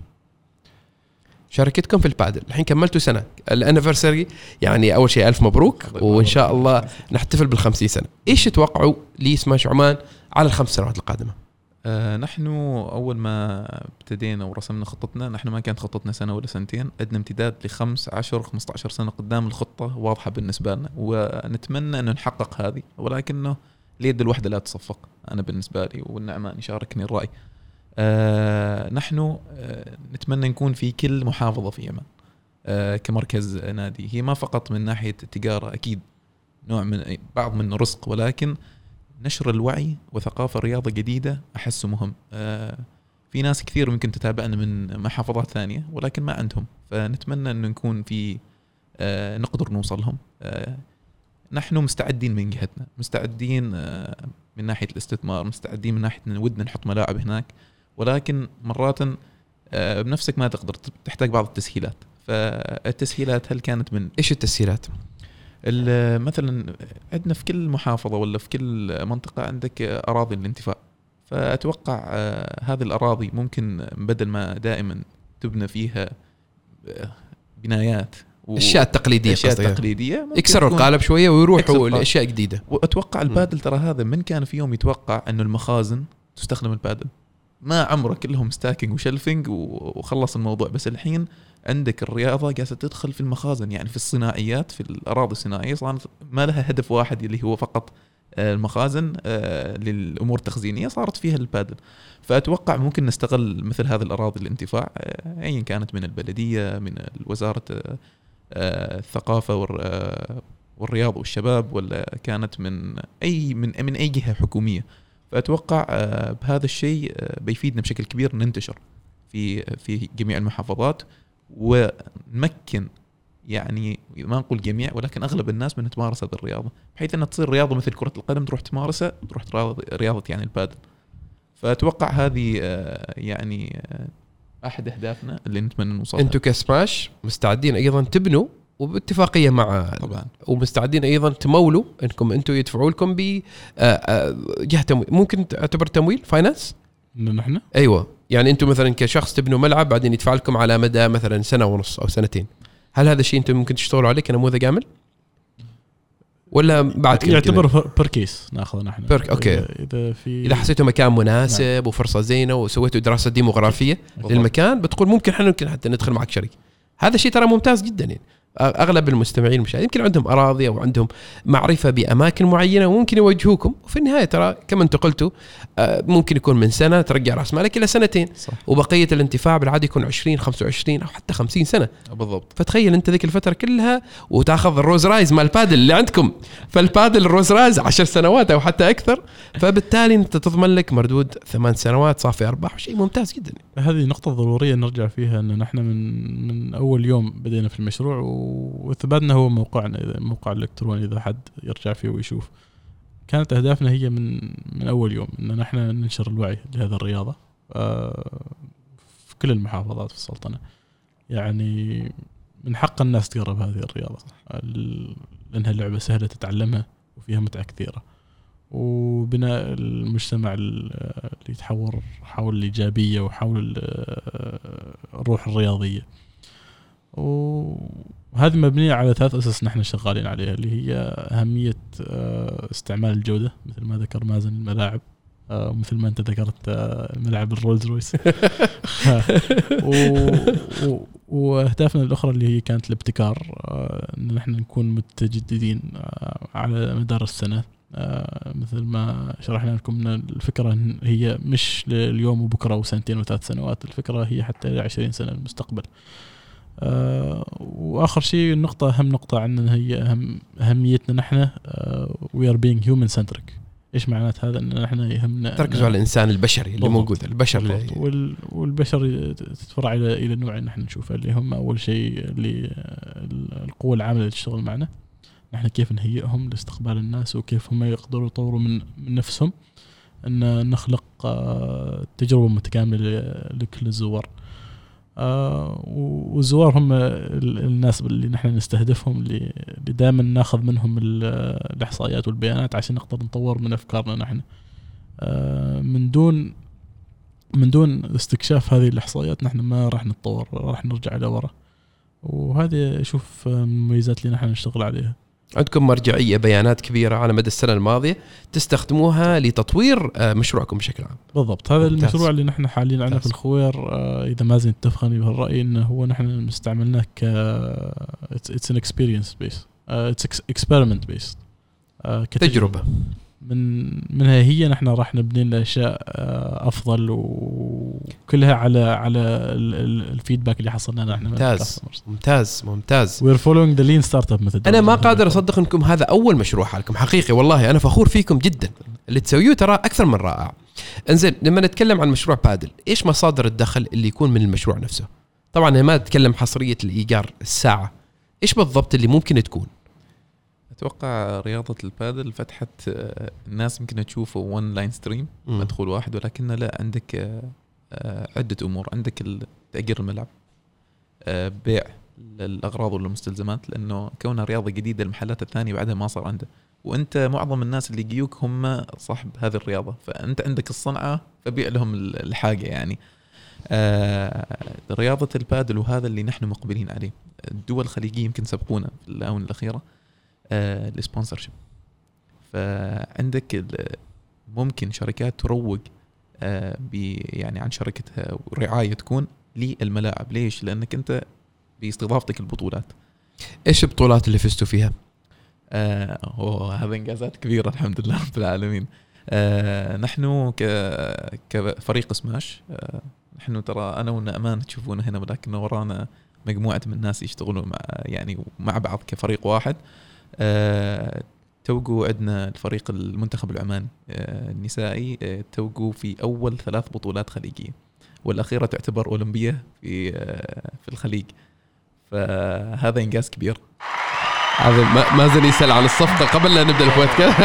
شركتكم في البادل الحين كملتوا سنة الانيفرساري، يعني أول شيء ألف مبروك وإن شاء الله نحتفل بالخمسين سنة. إيش تتوقعوا لي سماش عمان على الخمس سنوات القادمة؟ آه نحن أول ما ابتدينا ورسمنا خطتنا، نحن ما كانت خطتنا سنة ولا سنتين، عندنا امتداد لخمس عشر خمسة عشر سنة قدام. الخطة واضحة بالنسبة لنا ونتمنى أن نحقق هذه، ولكنه اليد الوحدة لا تصفق أنا بالنسبة لي، والنعمان يشاركني الرأي. آه نحن آه نتمنى نكون في كل محافظة في يمن آه كمركز نادي. هي ما فقط من ناحية التجارة، أكيد نوع من بعض من رزق، ولكن نشر الوعي وثقافة رياضة جديدة أحسه مهم. آه في ناس كثير ممكن تتابعنا من محافظات ثانية ولكن ما عندهم، فنتمنى أنه نكون في آه نقدر نوصلهم. آه نحن مستعدين من جهتنا، مستعدين آه من ناحية الاستثمار، مستعدين من ناحية أن ودنا نحط ملاعب هناك، ولكن مرات آه بنفسك ما تقدر، تحتاج بعض التسهيلات. فالتسهيلات هل كانت من إيش التسهيلات؟ مثلا عندنا في كل محافظة ولا في كل منطقة عندك أراضي الانتفاع، فأتوقع هذه الأراضي ممكن بدل ما دائما تبنى فيها بنايات أشياء التقليدية، أشياء تقليدية يكسروا القالب شوية ويروحوا لأشياء جديدة. وأتوقع البادل ترى هذا من كان في يوم يتوقع أنه المخازن تستخدم البادل، ما عمره كلهم ستاكينج وشلفينج وخلص الموضوع. بس الحين عندك الرياضة قاعدة تدخل في المخازن، يعني في الصناعيات، في الأراضي الصناعية صارت ما لها هدف واحد اللي هو فقط المخازن للأمور التخزينية، صارت فيها البادل. فأتوقع ممكن نستغل مثل هذه الأراضي الانتفاع، أي كانت من البلدية، من وزارة الثقافة والرياضة والشباب، ولا كانت من أي من من أي جهة حكومية. فأتوقع بهذا الشيء بيفيدنا بشكل كبير ننتشر في في جميع المحافظات ونمكن، يعني ما نقول جميع ولكن أغلب الناس من تمارس هذه الرياضة، بحيث أنها تصير رياضة مثل كرة القدم تروح تمارسها، تروح رياضة يعني البادل. فأتوقع هذه يعني أحد أهدافنا اللي نتمنى نوصلها. أنتوا كسماش مستعدين أيضا تبنوا وباتفاقية مع طبعا، ومستعدين أيضا تمولوا إنكم أنتوا يدفعوا لكم بجهة تمويل، ممكن تعتبر تمويل فاينانس؟ نحن أيوة، يعني أنتوا مثلا كشخص تبنوا ملعب بعدين يدفع لكم على مدى مثلا سنة ونص أو سنتين، هل هذا الشيء أنتم ممكن تشتغلوا عليه كنموذج عامل؟ ولا بعد يعتبر بير كيس ناخذ نحن بيرك. أوكي، إذا في إذا حسيتوا مكان مناسب نعم. وفرصة زينة وسويتوا دراسة ديموغرافية للمكان، بتقول ممكن احنا ممكن حتى ندخل معك شريك. هذا الشيء ترى ممتاز جدا. يعني أغلب المستمعين المشاهدين يمكن عندهم أراضي أو عندهم معرفة بأماكن معينة وممكن يوجهوكم، وفي النهاية ترى كما أنت قلتوا ممكن يكون من سنة ترجع رأس مالك إلى سنتين صح. وبقية الانتفاع بالعادة يكون عشرين خمسة وعشرين أو حتى خمسين سنة بالضبط. فتخيل أنت ذيك الفترة كلها وتأخذ الروز رايز مع البادل اللي عندكم، فالبادل الروز رايز عشر سنوات أو حتى أكثر، فبالتالي أنت تضمن لك مردود ثمان سنوات صافي أرباح، شيء ممتاز جدا. هذه نقطة ضرورية نرجع فيها، أن نحن من من أول يوم بدينا في المشروع وثبتنا هو موقعنا، الموقع الإلكتروني إذا حد يرجع فيه ويشوف، كانت أهدافنا هي من من أول يوم أن نحن ننشر الوعي لهذا الرياضة في كل المحافظات في السلطنة. يعني من حق الناس تقرب هذه الرياضة لأنها لعبة سهلة تتعلمها وفيها متعة كثيرة، وبناء المجتمع اللي يتحور حول الإيجابية وحول الروح الرياضية، وهذه مبنية على ثلاث أساس نحن شغالين عليها، اللي هي أهمية استعمال الجودة مثل ما ذكر مازن الملاعب، ومثل ما أنت ذكرت ملعب الرولز رويس وأهدافنا الأخرى اللي هي كانت الابتكار، أن نحن نكون متجددين على مدار السنة. آه مثل ما شرحنا لكم ان الفكرة هي مش لليوم وبكرة وسنتين وثلاث سنوات، الفكرة هي حتى عشرين سنة المستقبل. آه واخر شيء النقطة اهم نقطة عندنا هي اهم اهميتنا نحن آه we are being human centric. ايش معنات هذا؟ ان احنا يهمنا تركزوا على الانسان البشري اللي موجود، البشر اللي وال والبشر تتفرع الى الى النوع اللي نحن نشوفه اللي هم اول شيء اللي القوة العاملة اللي تشتغل معنا، نحن كيف نهيئهم لاستقبال الناس وكيف هم يقدروا يطوروا من, من نفسهم، ان نخلق آه تجربة متكاملة لكل الزوار. آه والزوار هم الناس اللي نحن نستهدفهم، اللي دائما ناخذ منهم الإحصائيات والبيانات عشان نقدر نطور من أفكارنا نحن. آه من دون من دون استكشاف هذه الإحصائيات نحن ما راح نتطور، راح نرجع إلى ورا. وهذه أشوف مميزات اللي نحن نشتغل عليها. عندكم مرجعية بيانات كبيرة على مدى السنة الماضية تستخدموها لتطوير مشروعكم بشكل عام. بالضبط، هذا ممتاز. المشروع اللي نحن حاليا عندنا في الخوير، إذا مازن اتفقني بهالرأي، إنه هو نحن استعملناه ك it's an experience based it's experiment based تجربة. من منها هي نحن راح نبني لنا أشياء أفضل، وكلها على على الفيدباك اللي حصلنا نحن. ممتاز ممتاز ممتاز. we're following the lean startup method. أنا ما قادر أصدق أنكم هذا أول مشروع حالكم حقيقي، والله أنا فخور فيكم جدا، اللي تسويه ترى أكثر من رائع. انزين، لما نتكلم عن مشروع بادل، إيش مصادر الدخل اللي يكون من المشروع نفسه؟ طبعا أنا ما أتكلم حصرية الإيجار الساعة، إيش بالضبط اللي ممكن تكون؟ أتوقع رياضة البادل فتحت الناس يمكن تشوفه وان لاين ستريم مدخول واحد، ولكن لا، عندك عدة أمور. عندك تأجير الملعب، بيع الأغراض والمستلزمات، لأنه كونها رياضة جديدة المحلات الثانية بعدها ما صار عنده، وأنت معظم الناس اللي يجيوك هم صاحب هذه الرياضة، فأنت عندك الصنعة فبيع لهم الحاجة يعني. رياضة البادل وهذا اللي نحن مقبلين عليه. الدول الخليجية يمكن سبقونا في الآونة الأخيرة آه السبونسرشيب، فعندك ممكن شركات تروج آه يعني عن شركتها ورعاية تكون للملاعب. ليش؟ لأنك أنت باستضافتك البطولات. إيش البطولات اللي فزتوا فيها؟ آه هذا إنجازات كبيرة الحمد لله رب العالمين. آه نحن كفريق سماش، آه نحن ترى أنا والنأمان تشوفونا هنا، ولكن ورانا مجموعة من الناس يشتغلوا مع يعني مع بعض كفريق واحد. أه توقوا عندنا الفريق المنتخب العماني أه النسائي، أه توقوا في أول ثلاث بطولات خليجية، والأخيرة تعتبر أولمبية في أه في الخليج، فهذا إنجاز كبير. هذا ما زال يسأل عن الصفقة قبل لا نبدأ البودكاست.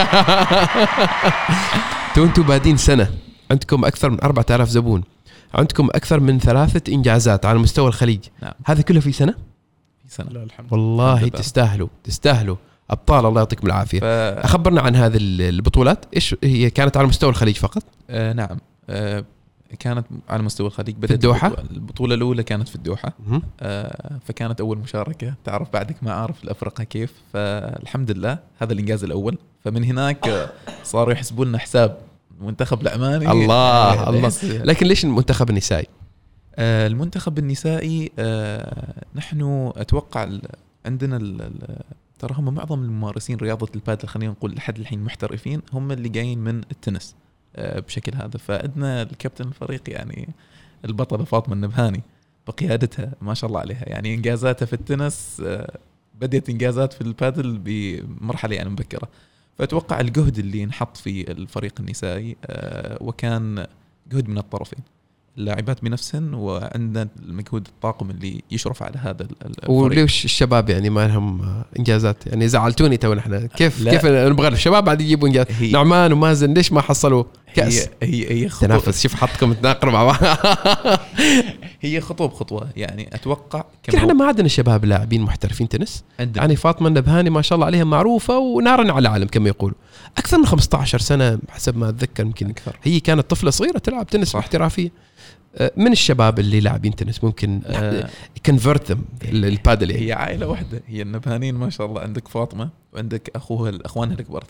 أنتم بادين سنة، عندكم أكثر من أربعة آلاف زبون، عندكم أكثر من ثلاثة إنجازات على مستوى الخليج. نعم. هذا كله في سنة؟ في سنة. لا الحمد والله الحمد تستاهلوا تستاهلوا أبطال، الله يعطيكم العافية. ف... أخبرنا عن هذه البطولات، إيش هي؟ كانت على مستوى الخليج فقط؟ آه نعم، آه كانت على مستوى الخليج. بدأت في الدوحة؟ البطولة الأولى كانت في الدوحة. آه فكانت أول مشاركة. تعرف بعدك ما أعرف الأفرقة كيف، فالحمد لله هذا الإنجاز الأول. فمن هناك صاروا يحسبوا لنا حساب منتخب العماني. الله آه الله. لكن ليش المنتخب النسائي؟ آه المنتخب النسائي آه نحن أتوقع عندنا ترى هم معظم الممارسين رياضة البادل، خلينا نقول لحد الحين محترفين، هم اللي جايين من التنس آه بشكل هذا. فعندنا الكابتن الفريق يعني البطلة فاطمة النبهاني بقيادتها ما شاء الله عليها، يعني إنجازاتها في التنس آه بدأت إنجازات في البادل بمرحلة يعني مبكرة. فأتوقع الجهد اللي نحط في الفريق النسائي آه وكان جهد من الطرفين، اللاعبات بنفسهن وعندنا المجهود الطاقم اللي يشرف على هذا الفريق. وليش الشباب يعني ما لهم انجازات؟ يعني زعلتوني تو نحن كيف لا. كيف نبغى الشباب بعد يجيبوا انجاز؟ نعمان ومازن ليش ما حصلوا كأس؟ هي هي, هي تنافس. شوف حطكم تناقروا مع بعض. هي خطوة بخطوة يعني. أتوقع احنا ما عندنا شباب لاعبين محترفين تنس عندنا. يعني فاطمة النبهاني ما شاء الله عليها معروفة ونارا على العالم كما يقولوا، أكثر من خمسة عشر سنة حسب ما أتذكر يمكن أكثر. هي كانت طفلة صغيرة تلعب تنس احترافية. من الشباب اللي لاعبين تنس ممكن كونفرت ذم البادل؟ هي عائلة واحدة، هي النبهانين ما شاء الله. عندك فاطمة وعندك أخوها الأخوان الأكبر اثنين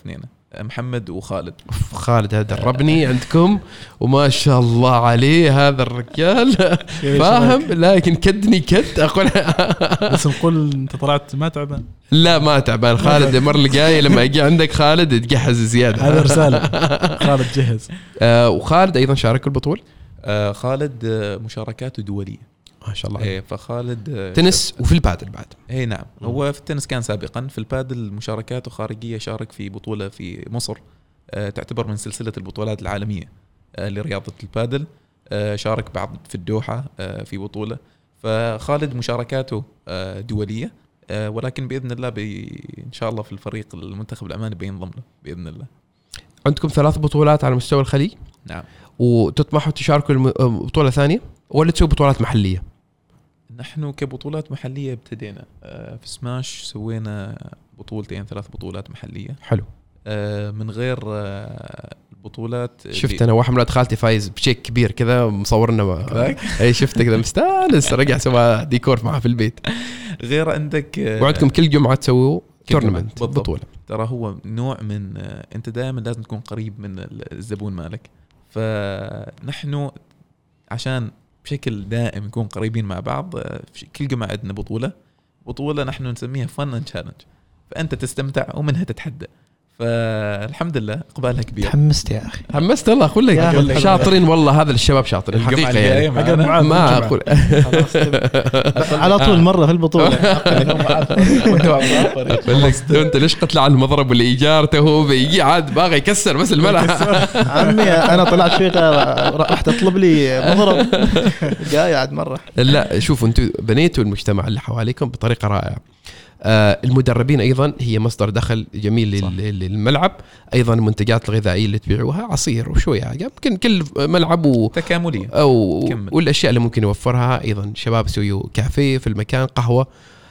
محمد وخالد. خالد هذا دربني عندكم وما شاء الله عليه هذا الرجال فاهم، لكن كدني كد أقول بس نقول أنت طلعت ما تعبان. لا ما تعبان خالد، المرة اللي جاية لما يجي عندك خالد تجهز زيادة. هذا رسالة خالد جهز. آه وخالد أيضا شارك البطولة. آه خالد مشاركاته دولية ما شاء الله. إيه فخالد تنس وفي البادل بعد. اي نعم م. هو في التنس كان سابقا، في البادل مشاركاته خارجية. شارك في بطولة في مصر آه تعتبر من سلسلة البطولات العالمية آه لرياضة البادل. آه شارك بعض في الدوحة آه في بطولة. فخالد مشاركاته آه دولية آه ولكن بإذن الله إن شاء الله في الفريق المنتخب الأماني بينضم له بإذن الله. عندكم ثلاث بطولات على مستوى الخليج. نعم. وتطمحوا تشاركوا بطولة ثانية ولا تسوي بطولات محلية؟ نحن كبطولات محلية ابتدينا في سماش، سوينا بطولتين ثلاث بطولات محلية. حلو. من غير البطولات شفت أنا واحد من ولاد خالتي فايز بشيك كبير كذا مصورنا أي شفت كذا مستانس رجع سوى ديكور معه في البيت. غير عندك وعندكم كل جمعة تسووا تورنمنت بطولة. ترى هو نوع من أنت دائما لازم تكون قريب من الزبون مالك، فنحن عشان بشكل دائم نكون قريبين مع بعض كل جمعة عندنا بطولة بطولة نحن نسميها فن اند تشالنج، فأنت تستمتع ومنها تتحدى. فالحمد لله إقبالها كبير. تحمست يا أخي، حمست الله أقول لك شاطرين والله، هذا الشباب شاطرين الحقيقة يعني. ما أقول على طول مرة في البطولة أنت ليش قتل على المضرب واللي إيجارته هو بيجي عاد باغي يكسر بس الملعب. عمي أنا طلعت شوي رحت أطلب لي مضرب قاعد مرة. لا شوفوا أنتوا بنيتوا المجتمع اللي حواليكم بطريقة رائعة. آه المدربين أيضا هي مصدر دخل جميل للملعب. أيضا المنتجات الغذائية اللي تبيعوها عصير وشوية يمكن كل ملعب و... تكاملية أو كمل. والأشياء اللي ممكن يوفرها أيضا شباب يسويوا كافيه في المكان قهوة.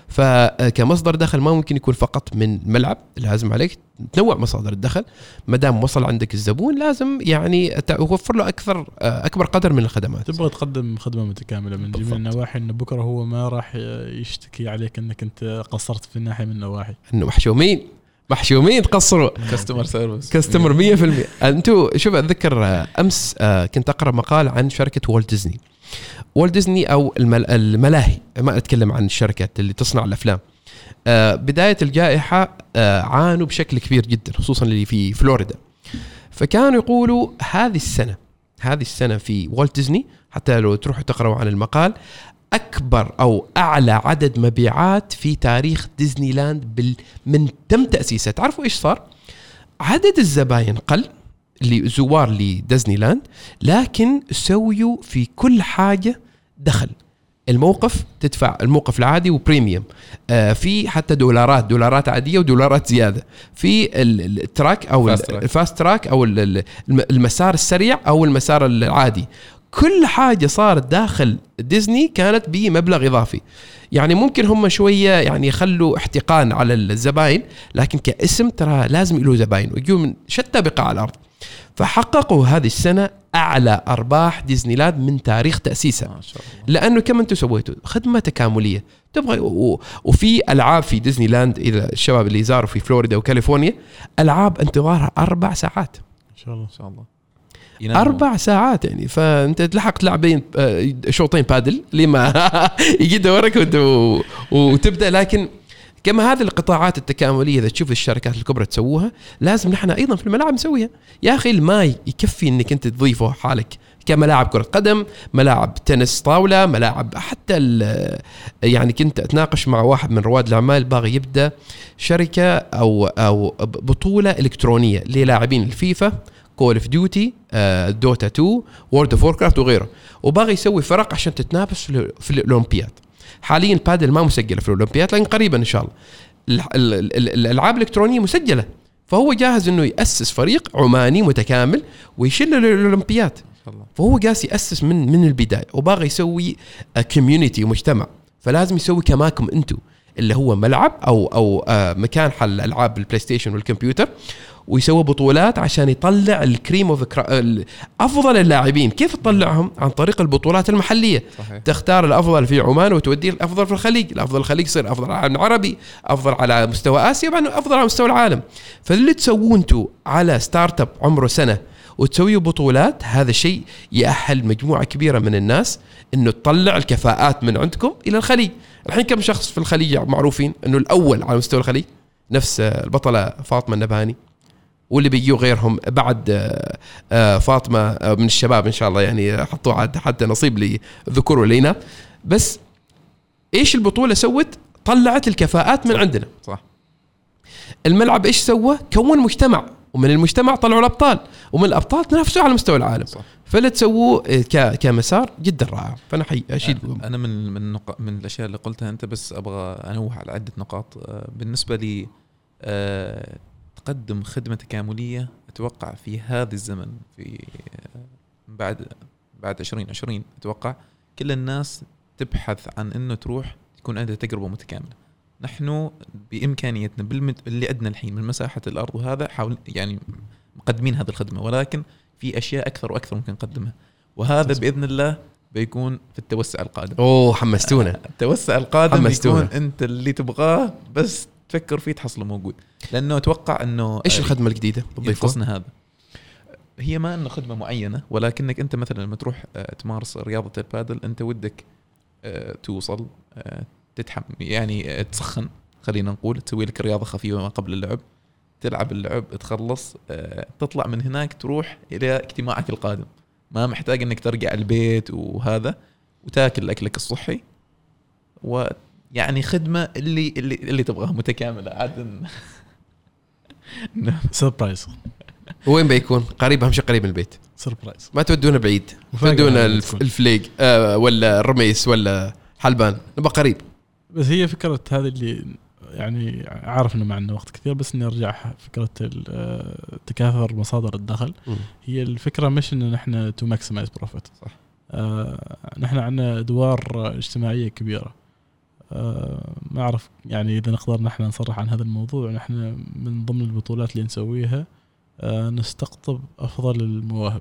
فكمصدر دخل ما ممكن يكون فقط من ملعب، لازم عليك تنوع مصادر الدخل. مدام وصل عندك الزبون لازم يعني توفر له أكثر أكبر قدر من الخدمات. تبغى تقدم خدمة متكاملة من جميع النواحي، إن بكرة هو ما راح يشتكي عليك إنك أنت قصرت في الناحية من النواحي. إنه محشومين محشومين تقصروا كاستمر سيرفيس كاستمر مية في المية. أنتوا شوف أتذكر أمس كنت أقرأ مقال عن شركة والت ديزني. والت ديزني أو الملاهي، ما أتكلم عن الشركات اللي تصنع الأفلام. بداية الجائحة عانوا بشكل كبير جدا خصوصا اللي في فلوريدا. فكانوا يقولوا هذه السنة هذه السنة في والت ديزني، حتى لو تروحوا تقرأوا عن المقال، أكبر أو أعلى عدد مبيعات في تاريخ ديزني لاند بال من تم تأسيسه. تعرفوا إيش صار؟ عدد الزباين قل اللي زوار لديزني لاند، لكن سويوا في كل حاجة دخل. الموقف تدفع الموقف العادي وبريميوم، آه في حتى دولارات دولارات عادية ودولارات زيادة في التراك أو الفاست تراك أو المسار السريع أو المسار العادي. كل حاجة صارت داخل ديزني كانت بمبلغ إضافي. يعني ممكن هم شوية يعني يخلوا احتقان على الزباين، لكن كاسم ترى لازم له زباين ويجوا من شتى بقاع الأرض. فحققوا هذه السنة أعلى أرباح ديزني لاند من تاريخ تأسيسها، لأنه كم أنتوا سويتوا خدمة تكاملية تبغى. وفي ألعاب في ديزني لاند، إذا الشباب اللي زاروا في فلوريدا وكاليفورنيا، ألعاب انتظارها أربع ساعات إن شاء الله إن شاء الله أربع ساعات يعني. فأنت تلحق تلعبين شوطين بادل لما يجي دورك وتبدأ. لكن كما هذه القطاعات التكاملية إذا تشوف الشركات الكبرى تسووها، لازم نحن أيضا في الملاعب نسويها. يا أخي الماي يكفي إنك أنت تضيفه حالك كملاعب كرة قدم، ملاعب تنس طاولة، ملاعب حتى يعني. كنت أتناقش مع واحد من رواد الأعمال باغي يبدأ شركة أو أو بطولة إلكترونية للاعبين الفيفا، كول اوف ديوتي، دوتا تو، وورد اوف ووركرافت وغيره، وباغي يسوي فرق عشان تتنافس في الأولمبياد. حاليا البادل ما مسجلة في الأولمبياد، لكن قريبا إن شاء الله الألعاب الإلكترونية مسجلة. فهو جاهز إنه يأسس فريق عماني متكامل ويشيل الأولمبياد. فهو قاس يأسس من من البداية، وباغي يسوي كوميونيتي ومجتمع. فلازم يسوي كماكم أنتوا، اللي هو ملعب أو أو مكان حل ألعاب البلاي ستيشن والكمبيوتر، ويسوي بطولات عشان يطلع الكريم اوف افضل اللاعبين. كيف تطلعهم؟ عن طريق البطولات المحليه. صحيح. تختار الافضل في عمان وتوديه الافضل في الخليج، الافضل الخليج يصير افضل على العربي، افضل على مستوى اسيا، وبعدين افضل على مستوى العالم. فاللي تسووه انتم على ستارت اب عمره سنه وتسويه بطولات، هذا شيء يأهل مجموعه كبيره من الناس انه تطلع الكفاءات من عندكم الى الخليج. الحين كم شخص في الخليج معروفين انه الاول على مستوى الخليج؟ نفس البطله فاطمه النبهاني، واللي بيجوا غيرهم بعد فاطمه من الشباب ان شاء الله، يعني حطوا حتى نصيب للذكور والإناث. بس ايش البطوله سوت؟ طلعت الكفاءات من عندنا. صح. الملعب ايش سوى؟ كون مجتمع، ومن المجتمع طلعوا الابطال، ومن الابطال تنافسوا على مستوى العالم. صح. فلا تسووه كمسار جدا رائع. فانا حي اشيد بهم. انا من من نق... من الاشياء اللي قلتها انت، بس ابغى انوه على عده نقاط. بالنسبه لي أه... تقدم خدمه تكامليه، اتوقع في هذا الزمن، في بعد بعد عشرين عشرين اتوقع كل الناس تبحث عن انه تروح تكون عندها تجربه متكامله. نحن بامكانيتنا بالمت... اللي عندنا الحين من مساحه الارض وهذا حاول يعني مقدمين هذه الخدمه، ولكن في اشياء اكثر واكثر ممكن نقدمها، وهذا باذن الله بيكون في التوسع القادم. اوه حمستونا. التوسع القادم حمستونا. يكون انت اللي تبغاه بس تفكر فيه تحصله موجود، لانه اتوقع انه ايش الخدمه الجديده تضيفها هذا؟ هي ما انه خدمه معينه، ولكنك انت مثلا لما تروح تمارس رياضه البادل انت ودك توصل تتحم يعني تسخن، خلينا نقول تسوي لك رياضه خفيفه ما قبل اللعب، تلعب اللعب تخلص تطلع من هناك تروح الى اجتماعك القادم، ما محتاج انك ترجع البيت وهذا وتاكل اكلك الصحي، ويعني خدمه اللي اللي اللي تبغاها متكامله عاد. سربرايز. وين بيكون؟ قريب، اهم شيء قريب من البيت. سربرايز، ما تودونا بعيد، تودونا الفليق آه ولا الرميس ولا حلبان، نبقى قريب. بس هي فكره هذه اللي يعني عارف انه معنا وقت كثير، بس نرجع فكره تكاثر مصادر الدخل. م. هي الفكره مش ان نحن تو ماكسمايز بروفيت. صح. آه نحن عندنا ادوار اجتماعيه كبيره. آه ما اعرف يعني اذا نقدر نحن نصرح عن هذا الموضوع. نحن من ضمن البطولات اللي نسويها آه نستقطب افضل المواهب،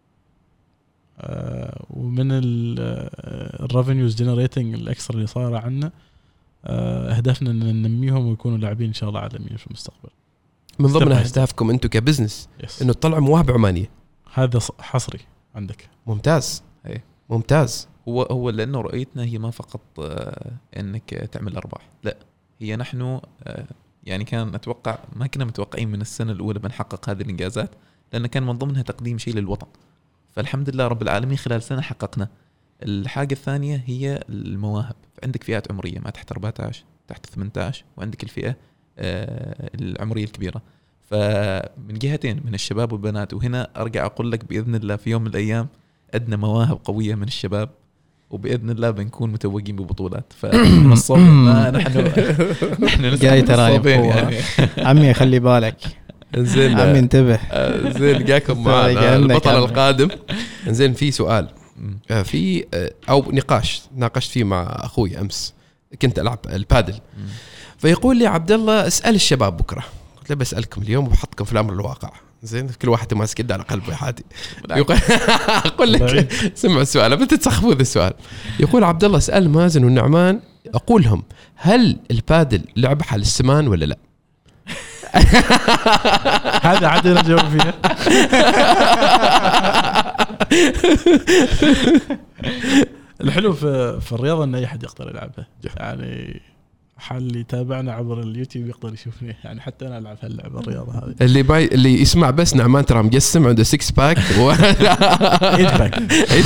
آه ومن الريفينيوز جنريتنج الاكثر اللي صار عندنا آه هدفنا ان ننميهم ويكونوا لاعبين ان شاء الله عالميين في المستقبل. من ضمن اهدافكم انتم كبزنس انه تطلعوا مواهب عمانيه. هذا حصري عندك. ممتاز. هي. ممتاز. هو هو لانه رؤيتنا هي ما فقط آه انك تعمل ارباح، لا هي نحن آه يعني كان اتوقع ما كنا متوقعين من السنه الاولى بنحقق هذه الانجازات، لان كان من ضمنها تقديم شيء للوطن، فالحمد لله رب العالمين خلال سنه حققنا. الحاجه الثانيه هي المواهب. عندك فئات عمريه ما تحت أربعة عشر تحت ثمانية عشر، وعندك الفئه آه العمريه الكبيره، فمن جهتين من الشباب والبنات. وهنا ارجع اقول لك باذن الله في يوم من الايام عندنا مواهب قويه من الشباب، وباذن الله بنكون متوجين ببطولات. فالصوب ما نحن نحن جاي ترى يعني عمي خلي بالك. انزين عمي انتبه. انزين جاكم معنا البطل القادم. انزين في سؤال في او نقاش ناقشت فيه مع اخوي امس، كنت العب البادل، فيقول لي عبد الله اسال الشباب بكره. قلت له بسالكم اليوم وبحطكم في الامر الواقع. زين كل واحد ماسك يده على قلبه يا حادي. يقول اقول لك سمع السؤال بدي تسخفوا ذا السؤال. يقول عبد الله اسال مازن والنعمان، اقول لهم هل البادل لعبه على السمان ولا لا؟ هذا عادي نجاوب فيها. الحلو في في الرياضه ان اي حد يقدر يلعبها، يعني حال اللي تابعنا عبر اليوتيوب يقدر يشوفني، يعني حتى انا العب هاللعبه الرياضه هذه. اللي باي اللي يسمع بس نعمان ترى مجسم عنده سكس باك و ايت باك.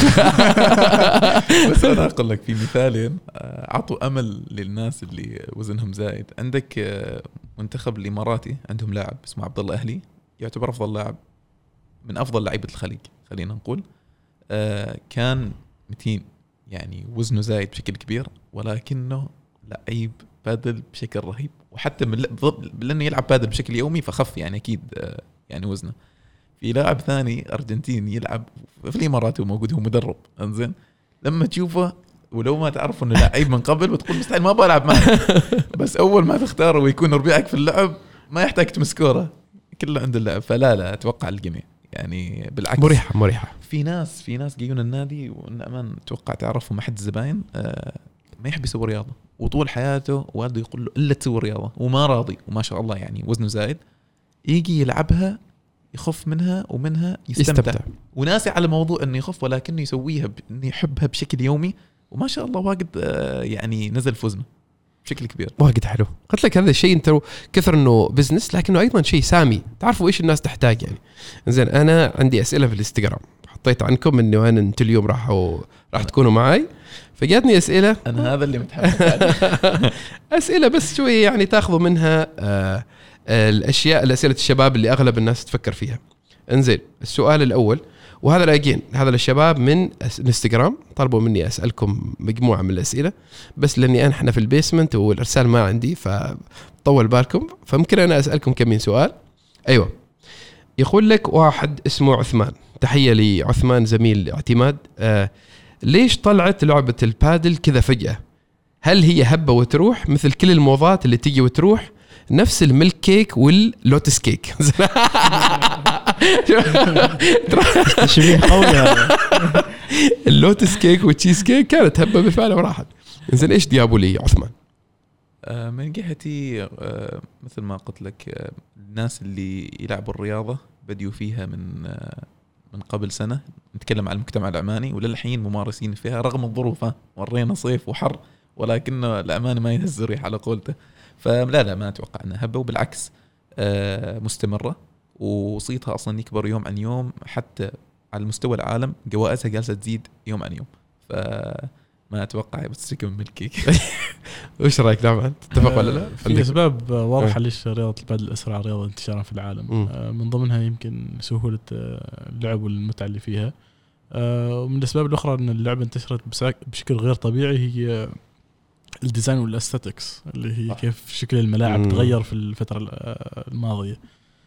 بس انا اقول لك في مثالين اعطوا امل للناس اللي وزنهم زايد. عندك منتخب الاماراتي عندهم لاعب اسمه عبد الله اهلي، يعتبر افضل لاعب من افضل لعيبه الخليج خلينا نقول. كان متين يعني وزنه زايد بشكل كبير، ولكنه لعيب بادل بشكل رهيب، وحتى من لانه يلعب بادل بشكل يومي فخف يعني اكيد يعني وزنه. في لاعب ثاني ارجنتيني يلعب في الامارات وموجود هو مدرب، انزين لما تشوفه ولو ما تعرف انه لعيب من قبل وتقول مستحيل ما بلعب معه، بس اول ما تختاره ويكون ربيعك في اللعب ما يحتاج تمسكوره كله عند اللعب. فلا لا اتوقع الجميع يعني بالعكس مريحه مريحه. في ناس في ناس جيون النادي والأمان اتوقع تعرفوا ما حد الزباين آه ما يحب يسوي رياضه وطول حياته والده يقول له الا تسوي رياضه وما راضي وما شاء الله يعني وزنه زايد يجي يلعبها يخف منها ومنها يستمتع, يستمتع. وناسي على موضوع انه يخف ولكنه يسويها انه يحبها بشكل يومي وما شاء الله واجد آه يعني نزل في وزنه بشكل كبير واجد حلو. قلت لك هذا الشيء انت كثر انه بزنس لكنه ايضا شيء سامي. تعرفوا ايش الناس تحتاج يعني. زين انا عندي اسئله في الانستغرام حطيت عنكم انه انا انتم اليوم راح راح تكونوا معي فجاتني اسئله انا هذا اللي متحمس اسئله بس شويه يعني تاخذوا منها آه الاشياء الاسئله الشباب اللي اغلب الناس تفكر فيها. انزين السؤال الاول وهذا لاجين هذا للشباب من الانستغرام طلبوا مني اسالكم مجموعه من الاسئله بس لاني انا احنا في البيسمنت والارسال ما عندي فطول بالكم فممكن انا اسالكم كم من سؤال. ايوه يقول لك واحد اسمه عثمان تحيه لعثمان زميل اعتماد آه ليش طلعت لعبه البادل كذا فجاه؟ هل هي هبه وتروح مثل كل الموضات اللي تيجي وتروح نفس الميلك كيك واللوتس كيك؟ شبيه قوي هذا. اللوتس كيك والتشيز كيك كانت هبه بفعله وراحت. إنزين إيش جابوا لي عثمان؟ آه من جهتي آه مثل ما قلت لك آه الناس اللي يلعبوا الرياضة بديوا فيها من آه من قبل سنة نتكلم عن المجتمع العماني وللحين ممارسين فيها رغم الظروف ورينا صيف وحر ولكن العماني ما يهز الريح على قولته. فلا لا ما أتوقع أنها هبة وبالعكس آه مستمرة وصيتها أصلا يكبر يوم عن يوم حتى على مستوى العالم جوائزها جالسة تزيد يوم عن يوم. فما أتوقع بس تكون ملكيك. وش رأيك نعم تتفق ولا لا؟ في أسباب واضحة ليش رياضة البادل أسرع رياضة انتشارا في العالم. م. من ضمنها يمكن سهولة اللعب والمتعة اللي فيها ومن الأسباب الأخرى أن اللعبة انتشرت بشكل غير طبيعي هي الديزاين والاستاتيكس اللي هي كيف شكل الملاعب م. تغير في الفترة الماضية.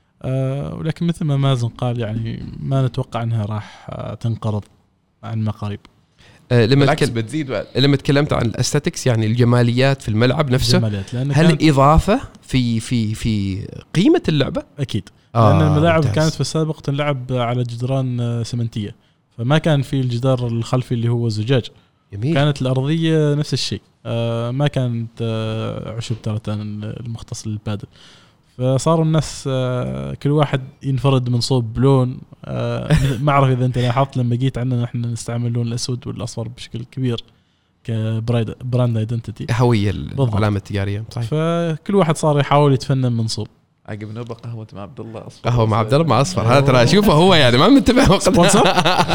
أه ولكن مثل ما مازن قال يعني ما نتوقع أنها راح تنقرض عن ما قريب. أه لما بالعكس بتزيد بعد. لما تكلمت عن الاستاتيكس يعني الجماليات في الملعب نفسه هل إضافة في في في قيمة اللعبة؟ أكيد آه لأن الملاعب ممتاز. كانت في السابق تلعب على جدران سمنتية فما كان في الجدار الخلفي اللي هو زجاج. جميل. كانت الأرضية نفس الشيء آه ما كانت آه عشب ترتان المختص للبادل فصاروا الناس آه كل واحد ينفرد من صوب بلون آه ما أعرف إذا أنت لاحظت لما جيت عندنا نحن نستعمل اللون الأسود والأصفر بشكل كبير كبراند براند ايدنتيتي هوية العلامة التجارية. فكل واحد صار يحاول يتفنن من صوب. عقب نوبة قهوة مع عبد الله أصفر قهوة مع عبد الله مع أصفر هذا ترى شوفه هو يعني ما منتبه سبونسر.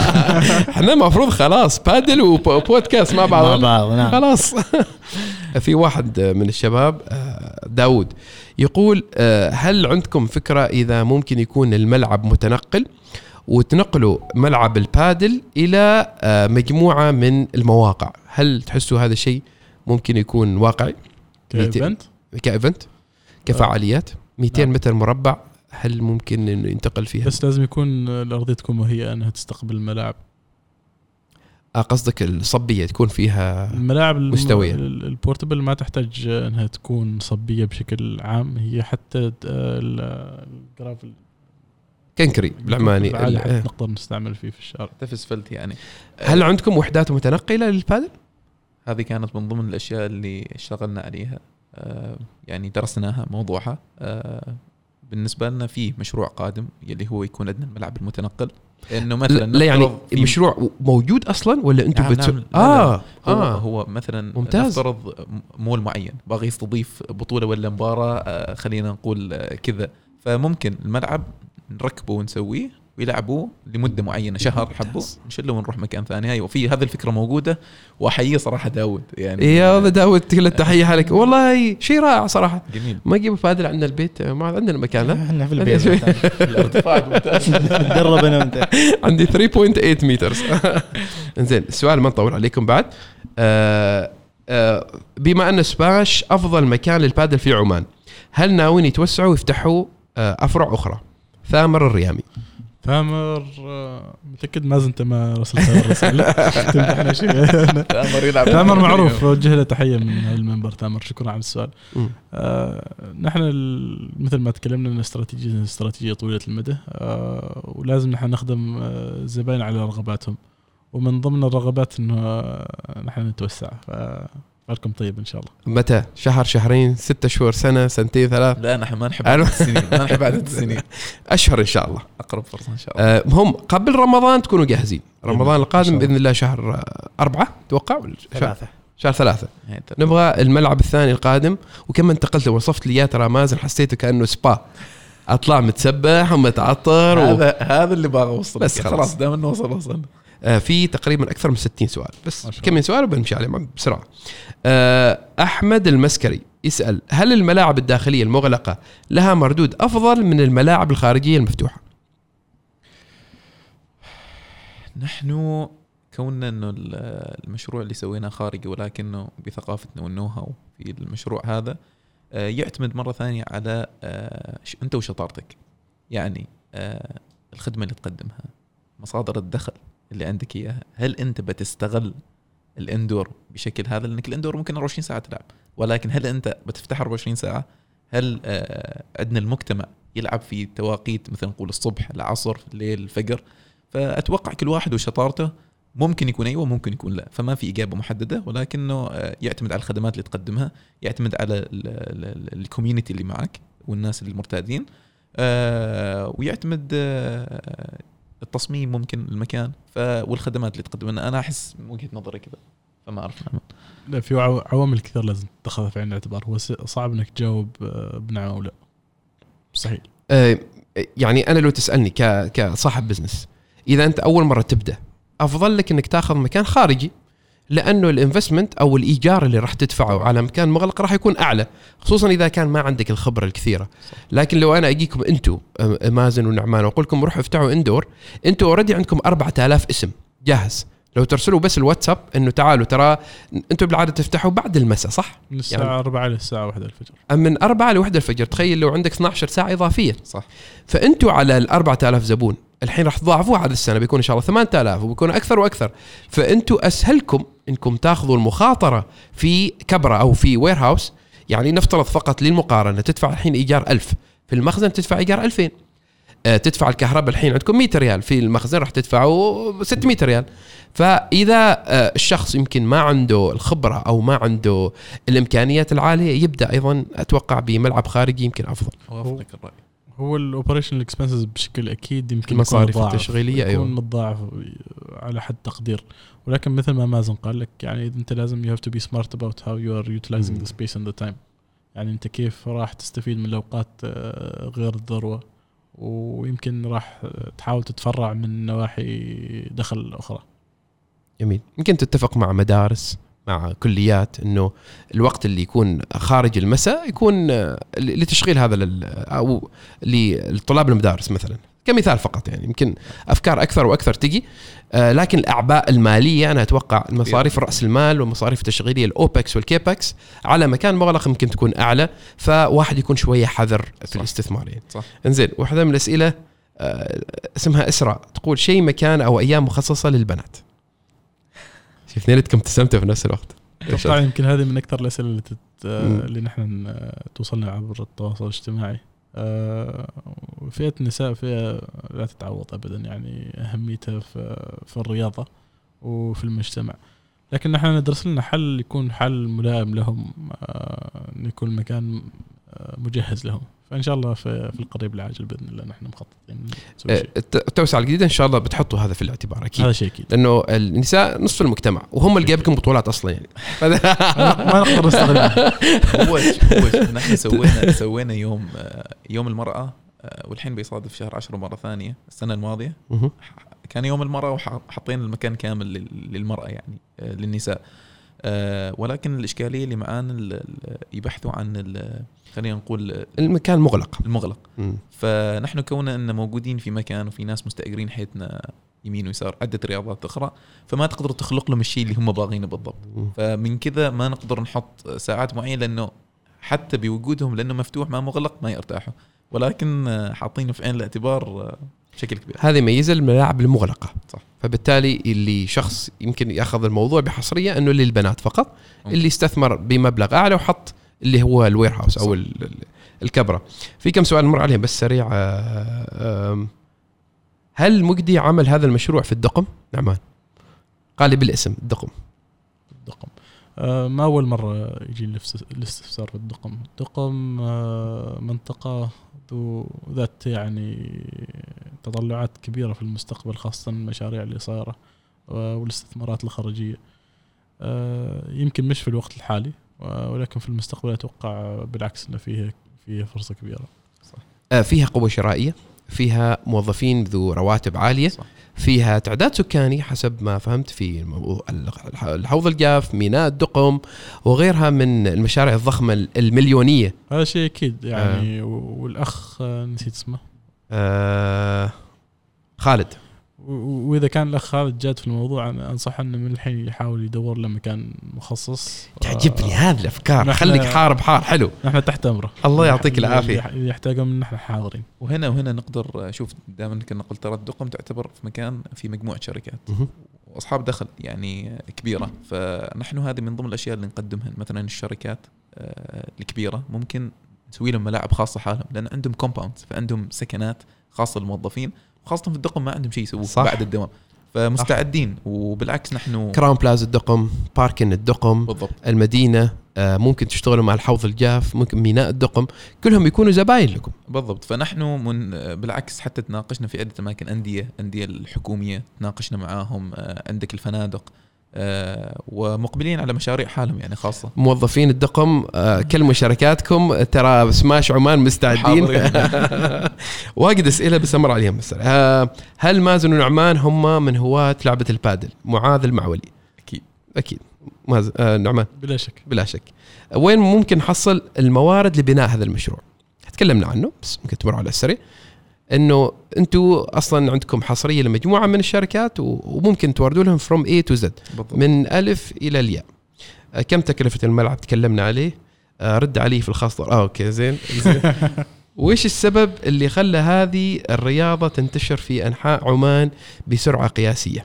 احنا المفروض خلاص بادل وبودكاست مع بعض نعم. خلاص. في واحد من الشباب داود يقول هل عندكم فكرة إذا ممكن يكون الملعب متنقل وتنقلوا ملعب البادل إلى مجموعة من المواقع هل تحسوا هذا الشيء ممكن يكون واقعي كإيفنت كإيفنت كفعاليات مئتين متر مربع هل ممكن إنه ينتقل فيها؟ بس لازم يكون الأرضية تكون مهيئة أنها تستقبل الملاعب. قصدك الصبية تكون فيها الملاعب مستوية. البورتبل ما تحتاج أنها تكون صبية بشكل عام هي حتى الجرافل كنكري بالعماني نقدر نستعمل فيه في الشارع تفسفلت يعني. هل عندكم وحدات متنقلة للبادل؟ هذه كانت من ضمن الأشياء اللي اشتغلنا عليها آه يعني درسناها موضوعها آه بالنسبة لنا في مشروع قادم اللي هو يكون عندنا الملعب المتنقل إنه مثلا لا يعني مشروع موجود أصلا ولا أنتم نعم بتسو... نعم آه هو, آه هو مثلا ممتاز. نفترض مول معين باغي يستضيف بطولة ولا مباراة آه خلينا نقول آه كذا فممكن الملعب نركبه ونسويه ويلعبوا لمدة معينة شهر حبوا نشله ونروح مكان ثاني. هاي وفي هذه الفكرة موجودة وأحيي صراحة داود يعني يا داود كل التحية لك والله شيء رائع صراحة. جميل. ما جيبوا فادل عندنا البيت ما عندنا مكان احنا في البيت الارتفاع ممتاز نتدرب انا وانت. عندي ثلاثة فاصلة ثمانية متر. انزين السؤال ما نطول عليكم بعد. آآ آآ بما أن سباش أفضل مكان للبادل في عمان هل ناويين يتوسعوا ويفتحوا أفرع أخرى؟ ثامر الريامي. ثامر آه، متأكد مازن انت ما رسلت الرسالة تمدحنا شيء. ثامر يلعب ثامر معروف، وجه له تحية من المنبر. ثامر شكرا على السؤال. آه نحن مثل ما تكلمنا ان استراتيجية استراتيجية طويلة المدى، آه ولازم نحن نخدم الزبائن على رغباتهم، ومن ضمن الرغبات انه آه نحن نتوسع. فالكم طيب ان شاء الله. متى؟ شهر، شهرين، ستة شهور، سنة، سنتين، ثلاث؟ لا نحن ما نحب عدد السنين، ما نحب عدد السنين. اشهر ان شاء الله، اقرب فرصة ان شاء الله. آه هم قبل رمضان تكونوا جاهزين. رمضان القادم باذن الله شهر أربعة توقع ثلاثة شهر ثلاثة نبغى الملعب الثاني القادم. وكما انتقلت وصفت لي ترى مازن حسيته كأنه سبا، اطلع متسبح ومتعطر هذا و... هذا اللي باغي اوصل بس خلاص, خلاص دام انه وصل وصل. آه في تقريبا اكثر من ستين سؤال، بس كم من سؤال وبنمشي عليهم بسرعه. آه احمد المسكري يسأل: هل الملاعب الداخليه المغلقه لها مردود افضل من الملاعب الخارجيه المفتوحه؟ نحن كوننا انه المشروع اللي سويناه خارجي، ولكنه بثقافتنا والنو هاو في المشروع هذا يعتمد مره ثانيه على انت وشطارتك. يعني الخدمه اللي تقدمها، مصادر الدخل اللي عندك اياها، هل انت بتستغل الاندور بشكل هذا؟ لانك الاندور ممكن أربعة وعشرين ساعه تلعب، ولكن هل انت بتفتح أربعة وعشرين ساعه؟ هل عندنا المجتمع يلعب في توقيت مثلا نقول الصبح، العصر، الليل، الفجر؟ فأتوقع كل واحد وشطارته، ممكن يكون أيوة ممكن يكون لا، فما في إجابة محددة، ولكنه يعتمد على الخدمات اللي تقدمها، يعتمد على الكوميونيتي اللي معك والناس المرتادين، ويعتمد التصميم ممكن المكان والخدمات اللي تقدمها. أنا أحس من وجهة نظري كذا، فما أعرف. نعم. لا، في عوامل كثير لازم تتخذها في عين الاعتبار. هو صعب إنك تجاوب بنعم أو لا، مستحيل. أه يعني أنا لو تسألني ك كصاحب بزنس، إذا أنت أول مرة تبدأ، أفضل لك إنك تأخذ مكان خارجي، لأنه الانفستمنت أو الإيجار اللي راح تدفعه على مكان مغلق راح يكون أعلى، خصوصا إذا كان ما عندك الخبرة الكثيرة. لكن لو أنا أجيكم أنتوا مازن ونعمان وأقول لكم روحوا افتحوا اندور، أنتوا أوريدي عندكم أربعة آلاف اسم جاهز، لو ترسلوا بس الواتساب إنه تعالوا ترى أنتوا بالعادة تفتحوا بعد المساء، صح؟ من الساعة يعني أربعة للساعة واحدة الفجر. من أربعة لواحدة الفجر، تخيل لو عندك اثنتي عشرة ساعة إضافية، صح؟ فأنتوا على الأربعة آلاف زبون الحين راح تضاعفوها على السنة، بيكون إن شاء الله ثمانية آلاف وبيكون أكثر وأكثر. فأنتوا أسهلكم إنكم تأخذوا المخاطرة في كبرة أو في وير هاوس. يعني نفترض فقط للمقارنة، تدفع الحين إيجار ألف، في المخزن تدفع إيجار ألفين، أه تدفع الكهرباء الحين عندكم مئة ريال، في المخزن راح تدفعوا ستمئة ريال. فإذا أه الشخص يمكن ما عنده الخبرة أو ما عنده الإمكانيات العالية، يبدأ أيضا أتوقع بملعب خارجي يمكن أفضل. أوافقك الرأي. هو الاوبريشنال اكسبنسز بشكل اكيد يمكن المصاريف التشغيليه يكون أيوة. متضاعف على حد تقدير، ولكن مثل ما مازن قال لك، يعني انت لازم you have to be smart about how you are utilizing the space and the time. يعني انت كيف راح تستفيد من الاوقات غير الذروه، ويمكن راح تحاول تتفرع من نواحي دخل اخرى. جميل. يمكن تتفق مع مدارس، مع كليات، انه الوقت اللي يكون خارج المساء يكون لتشغيل هذا او للطلاب المدارس مثلا، كمثال فقط. يعني يمكن افكار اكثر واكثر تجي، لكن الاعباء الماليه انا اتوقع المصاريف راس المال والمصاريف التشغيليه الاوبكس والكيبكس على مكان مغلق يمكن تكون اعلى، فواحد يكون شويه حذر في الاستثمار. يعني صح. انزين، واحده من الاسئله اسمها اسراء تقول: شيء مكان او ايام مخصصه للبنات. شوف نيرتكم ابتسمتوا في نفس الوقت. اتوقع يمكن هذه من اكثر الاسئله اللي, تت... اللي نحن توصلنا عبر التواصل الاجتماعي. فئه النساء فئه لا تتعوض ابدا، يعني اهميتها في, في الرياضه وفي المجتمع، لكن نحن ندرس لنا حل يكون حل ملائم لهم، ان يكون المكان مجهز لهم. فإن شاء الله في, في القريب العاجل بإذن الله نحن مخططين التوسعة الجديدة إن شاء الله بتحطوا هذا في الاعتبار أكيد. هذا شيء أكيد، لأنه النساء نصف المجتمع وهم اللي جايبكم بطولات أصلا، يعني ما نقدر نستغلها. هو هو نحن سوينا سوينا يوم يوم المرأة، والحين بيصادف شهر عشرة مرة ثانية. السنة الماضية كان يوم المرأة وحطين المكان كامل للمرأة، يعني للنساء. ولكن الإشكالية اللي معانا يبحثوا عن خلينا نقول المكان مغلق المغلق م. فنحن كوننا أن موجودين في مكان وفي ناس مستأجرين حيثنا يمين ويسار عدة رياضات أخرى، فما تقدر تخلق لهم الشيء اللي هم باغينه بالضبط. م. فمن كذا ما نقدر نحط ساعات معينة، لأنه حتى بوجودهم لأنه مفتوح ما مغلق ما يرتاحوا، ولكن حاطينه في عين الاعتبار بشكل كبير. هذه ميزه الملاعب المغلقه صح. فبالتالي اللي شخص يمكن ياخذ الموضوع بحصريه انه للبنات فقط، اللي استثمر بمبلغ اعلى وحط اللي هو الوير هاوس او الكبره. في كم سؤال نمر عليهم بس سريع. هل مجدي عمل هذا المشروع في الدقم؟ نعمان قال لي بالاسم الدقم. الدقم آه ما أول مرة يجي الاستفسار في الدقم. الدقم آه منطقة ذو ذات يعني تطلعات كبيرة في المستقبل، خاصة المشاريع اللي صايرة والاستثمارات الخارجية. آه يمكن مش في الوقت الحالي، ولكن في المستقبل أتوقع بالعكس أن فيها فيها فرصة كبيرة. صح. آه فيها قوة شرائية، فيها موظفين ذو رواتب عالية. صح. فيها تعداد سكاني حسب ما فهمت في الحوض الجاف، ميناء الدقم وغيرها من المشاريع الضخمة المليونية. هذا شيء أكيد يعني. آه. والأخ نسيت اسمه آه خالد. وإذا كان الأخ خالد جاد في الموضوع أنصح أنه من الحين يحاول يدور له مكان مخصص. تعجبني هذه الأفكار، خليك حارب حار حلو. نحن تحت أمره، الله يعطيك العافية. يحتاجون من نحن حاضرين. وهنا وهنا نقدر شوف دائما كنا قلت ترى الدقم تعتبر في مكان في مجموعة شركات وأصحاب دخل يعني كبيرة، فنحن هذه من ضمن الأشياء اللي نقدمها. مثلا الشركات الكبيرة ممكن نسوي لهم ملاعب خاصة حالهم، لأن عندهم كومباوندز، فعندهم سكنات خاصة للموظفين، خاصة في الدقم ما عندهم شيء يسووه بعد الدوام، فمستعدين. وبالعكس نحن كراون بلازا الدقم، باركن الدقم، بالضبط. المدينة ممكن تشتغلوا مع الحوض الجاف، ممكن ميناء الدقم، كلهم يكونوا زباين لكم. بالضبط. فنحن من بالعكس حتى تناقشنا في عدة أماكن، أندية أندية الحكومية تناقشنا معاهم، عندك الفنادق، أه ومقبلين على مشاريع حالهم يعني خاصة. موظفين الدقم أه كلموا شركاتكم، ترى سماش عمان مستعدين. واجد أسئلة بسمر عليهم. بس أه هل مازن ونعمان هم من هواة لعبة البادل؟ معاذ المعولي. أكيد أكيد. مازن أه نعمان بلا شك بلا شك. وين ممكن نحصل الموارد لبناء هذا المشروع؟ تكلمنا عنه بس ممكن تمر على السريع. انه انتوا اصلا عندكم حصريه لمجموعه من الشركات وممكن توردوا لهم from A to Z بالضبط. من الف الى الياء. كم تكلفه الملعب تكلمنا عليه، رد عليه في الخاص. اه اوكي زين, زين. وايش السبب اللي خلى هذه الرياضه تنتشر في انحاء عمان بسرعه قياسيه؟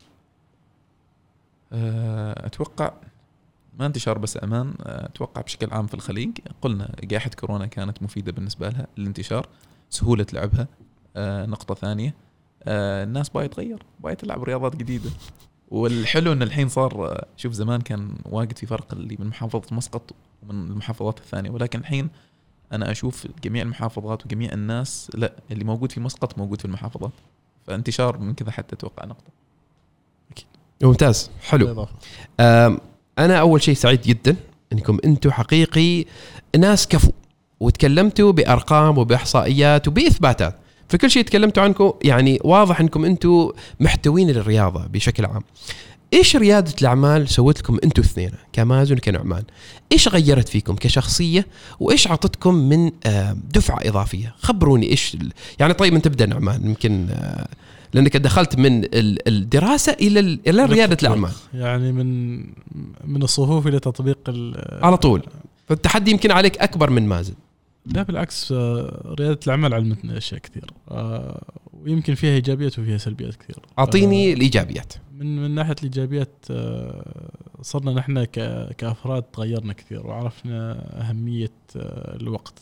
اتوقع ما انتشار بس امان، اتوقع بشكل عام في الخليج. قلنا جائحه كورونا كانت مفيده بالنسبه لها الانتشار، سهولة لعبها. آه نقطة ثانية، آه الناس باي تغير، باي تلعب رياضات جديدة. والحلو ان الحين صار آه شوف زمان كان واجد في فرق اللي من محافظة مسقط ومن المحافظات الثانية، ولكن الحين انا اشوف جميع المحافظات وجميع الناس لا اللي موجود في مسقط موجود في المحافظات، فانتشار من كذا حتى اتوقع نقطة. أكيد. ممتاز حلو. آه انا اول شيء سعيد جدا انكم انتم حقيقي ناس كفو، وتكلمتوا بأرقام وبإحصائيات وبإثباتات في كل شيء تكلمتوا عنكم. يعني واضح أنكم أنتوا محتوين للرياضة بشكل عام. إيش ريادة الأعمال سوت لكم أنتوا اثنين كمازن وكنعمان؟ إيش غيرت فيكم كشخصية وإيش عطتكم من دفعة إضافية؟ خبروني إيش يعني. طيب من تبدأ نعمان، يمكن لأنك دخلت من الدراسة إلى إلى ريادة الأعمال، يعني من من الصفوف إلى تطبيق على طول. فالتحدي يمكن عليك أكبر من مازن. لا بالعكس، ريادة الأعمال علمتنا أشياء كثير، ويمكن فيها إيجابيات وفيها سلبيات كثير. أعطيني الإيجابيات. من من ناحية الإيجابيات، صرنا نحن كأفراد تغيرنا كثير وعرفنا أهمية الوقت.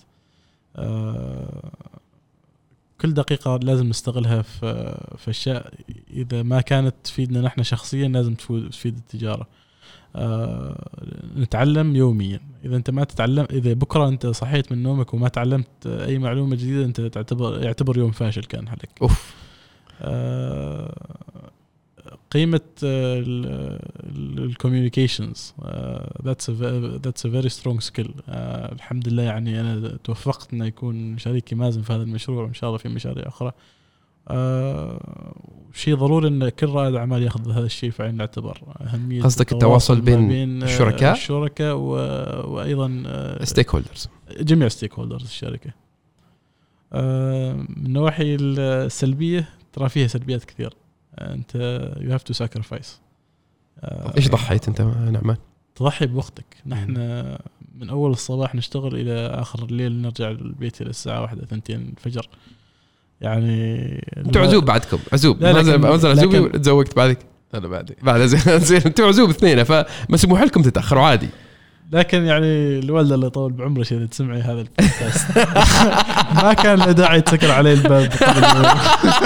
كل دقيقة لازم نستغلها في في أشياء إذا ما كانت تفيدنا نحن شخصيا لازم تفيد التجارة. آه، نتعلم يوميا. إذا أنت ما تتعلم، إذا بكرة أنت صحيت من نومك وما تعلمت أي معلومة جديدة، أنت تعتبر يعتبر يوم فاشل كان عليك. أوف. آه، قيمة الكوميونيكيشنز that's a that's a very strong skill. آه، الحمد لله يعني أنا توفقت إن يكون شريكي مازن في هذا المشروع، وإن شاء الله في مشاريع أخرى. آه شيء ضروري ان كل رائد اعمال ياخذ هذا الشيء في عين الاعتبار. اهميه قصدك التواصل بين, بين الشركاء الشركاء وايضا ستيك هولدرز، جميع ستيك هولدرز الشركه. آه من النواحي السلبيه ترى فيها سلبيات كثير. آه انت يو هاف تو ساكرفايس. ايش ضحيت انت نعمان؟ تضحي بوقتك. نحن من اول الصباح نشتغل الى اخر الليل، نرجع البيت الى الساعه واحدة ثنتين الفجر. يعني انت عزوب بعدكم عزوب لا، نزل لكن- نزل عزوبي لكن- وتزوجت بعدك انا بعد بعد زين زين انتوا عزوب اثنين فمسموح لكم تتاخروا عادي. لكن يعني الوالده اللي طول بعمره شيء تسمعي هذا البودكاست ما كان له داعي يتسكر عليه الباب قبل ما-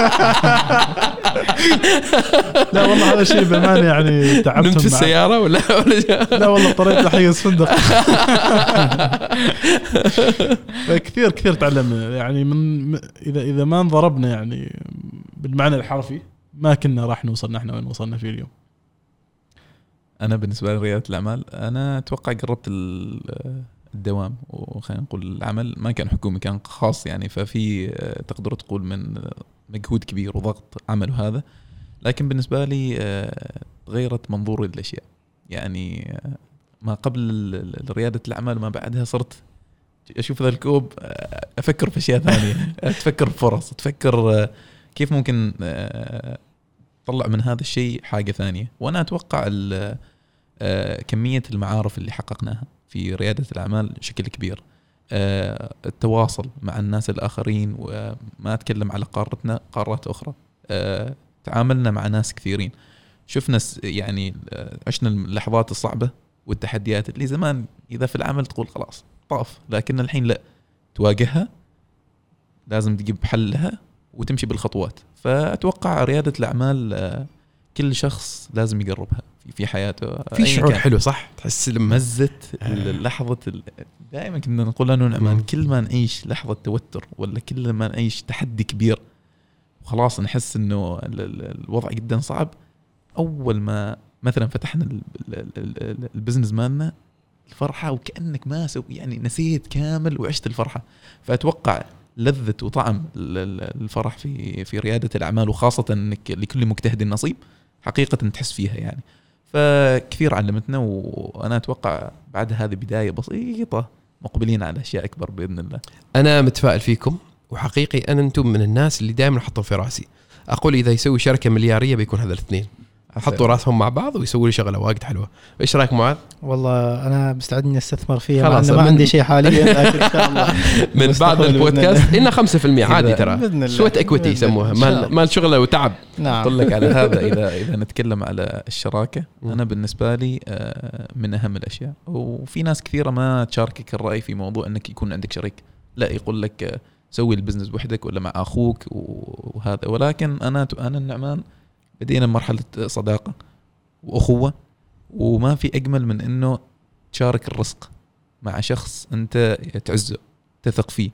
لا والله هذا شيء بأمانة يعني تعبتهم نمت في معه. السياره ولا ولا لا والله اضطريت احجز فندق. كثير كثير تعلمنا يعني من م- اذا اذا ما انضربنا يعني بالمعنى الحرفي ما كنا راح نوصل نحن وين وصلنا فيه اليوم. انا بالنسبه لرياده الاعمال انا اتوقع قربت ال- الدوام وخلينا نقول العمل ما كان حكومي كان خاص يعني ففي تقدر تقول من مجهود كبير وضغط عمل هذا. لكن بالنسبه لي غيرت منظوري للاشياء يعني ما قبل رياده الاعمال ما بعدها صرت اشوف ذا الكوب افكر في اشياء ثانيه اتفكر بفرص تفكر كيف ممكن طلع من هذا الشيء حاجه ثانيه. وانا اتوقع كميه المعارف اللي حققناها في رياده الاعمال بشكل كبير التواصل مع الناس الاخرين وما اتكلم على قارتنا قارات اخرى تعاملنا مع ناس كثيرين شفنا يعني عشنا اللحظات الصعبه والتحديات اللي زمان اذا في العمل تقول خلاص طاف لكن الحين لا تواجهها لازم تجيب حل لها وتمشي بالخطوات. فأتوقع ريادة الأعمال كل شخص لازم يقربها في حياته في شعور حلو صح تحس لما مزة لحظة دائما كنا نقول أنه نعمان كل ما نعيش لحظة توتر ولا كل ما نعيش تحدي كبير وخلاص نحس أنه الوضع جدا صعب أول ما مثلا فتحنا البزنس مالنا الفرحة وكأنك ما سو يعني نسيت كامل وعشت الفرحة. فأتوقع لذة وطعم الفرح في في ريادة الأعمال وخاصة إنك لكل مجتهد نصيب حقيقة تحس فيها يعني. فكثير علمتنا وأنا أتوقع بعد هذه بداية بسيطة مقبلين على أشياء أكبر بإذن الله. أنا متفائل فيكم وحقيقي أنا أنتم من الناس اللي دائما أحطهم في راسي أقول إذا يسوي شركة مليارية بيكون هذا الاثنين حطوا راسهم مع بعض ويسووا لي شغله واجد حلوه. ايش رايك معاذ؟ والله انا مستعد اني استثمر فيها مع انه ما عندي شيء حاليا لكن ان شاء الله من بعد البودكاست إن خمسة بالمئة عادي ترى سويت اكويتي يسموها مال مال شغله وتعب. نعم. اقول لك على هذا اذا اذا نتكلم على الشراكه انا بالنسبه لي من اهم الاشياء وفي ناس كثيره ما تشاركك الراي في موضوع انك يكون عندك شريك لا يقول لك سوي البزنس وحدك ولا مع اخوك وهذا. ولكن انا انا النعمان بدينا مرحلة صداقة وأخوة وما في أجمل من إنه تشارك الرزق مع شخص أنت تعزه تثق فيه.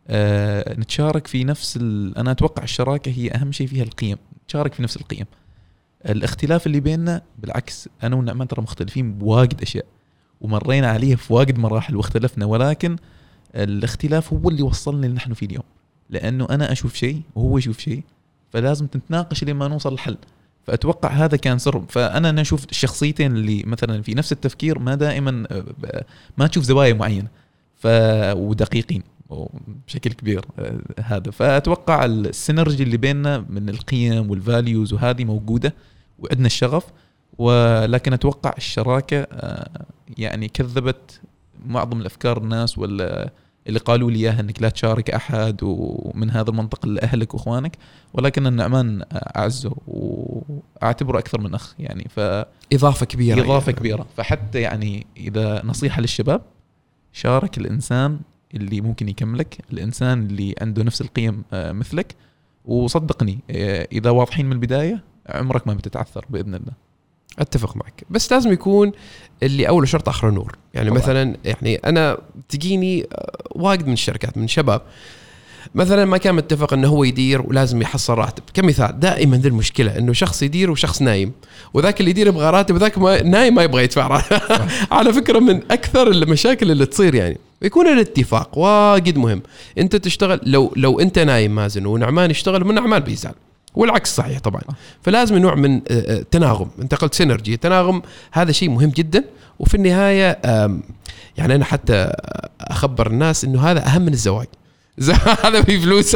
أه نتشارك في نفس أنا أتوقع الشراكة هي أهم شيء فيها القيم تشارك في نفس القيم. الاختلاف اللي بيننا بالعكس أنا والنعمان ترى مختلفين بواجد أشياء ومرينا عليها في واجد مراحل واختلفنا ولكن الاختلاف هو اللي وصلنا اللي نحن فيه اليوم لأنه أنا أشوف شيء وهو يشوف شيء فلازم تتناقش لما نوصل الحل. فأتوقع هذا كان سر. فأنا نشوف الشخصيتين اللي مثلا في نفس التفكير ما دائما ما تشوف زوايا معينة ف ودقيقين بشكل كبير هذا. فأتوقع السينرجي اللي بيننا من القيم والفاليوز وهذه موجودة وعندنا الشغف. ولكن أتوقع الشراكة يعني كذبت معظم الأفكار الناس ولا اللي قالوا لي إياها إنك لا تشارك أحد ومن هذا المنطق لأهلك وإخوانك. ولكن النعمان أعزه وأعتبره أكثر من أخ يعني فإضافة كبيرة إضافة يعني. كبيرة. فحتى يعني إذا نصيحة للشباب شارك الإنسان اللي ممكن يكملك الإنسان اللي عنده نفس القيم مثلك وصدقني إذا واضحين من البداية عمرك ما بتتعثر بإذن الله. اتفق معك بس لازم يكون اللي اول شرط اخر نور يعني طبعا. مثلا يعني انا تجيني واجد من الشركات من شباب مثلا ما كان متفق انه هو يدير ولازم يحصل راتب كمثال. دائما ذي المشكله انه شخص يدير وشخص نايم وذاك اللي يدير يبغى راتب وذاك ما نايم ما يبغى يدفع راتب. على فكره من اكثر المشاكل اللي تصير يعني يكون الاتفاق واجد مهم. انت تشتغل لو لو انت نايم مازن ونعمان يشتغل من نعمان بيزعل والعكس صحيح طبعا. فلازم نوع من تناغم. انت قلت سينرجي التناغم هذا شيء مهم جدا. وفي النهايه يعني انا حتى اخبر الناس انه هذا اهم من الزواج. هذا في فلوس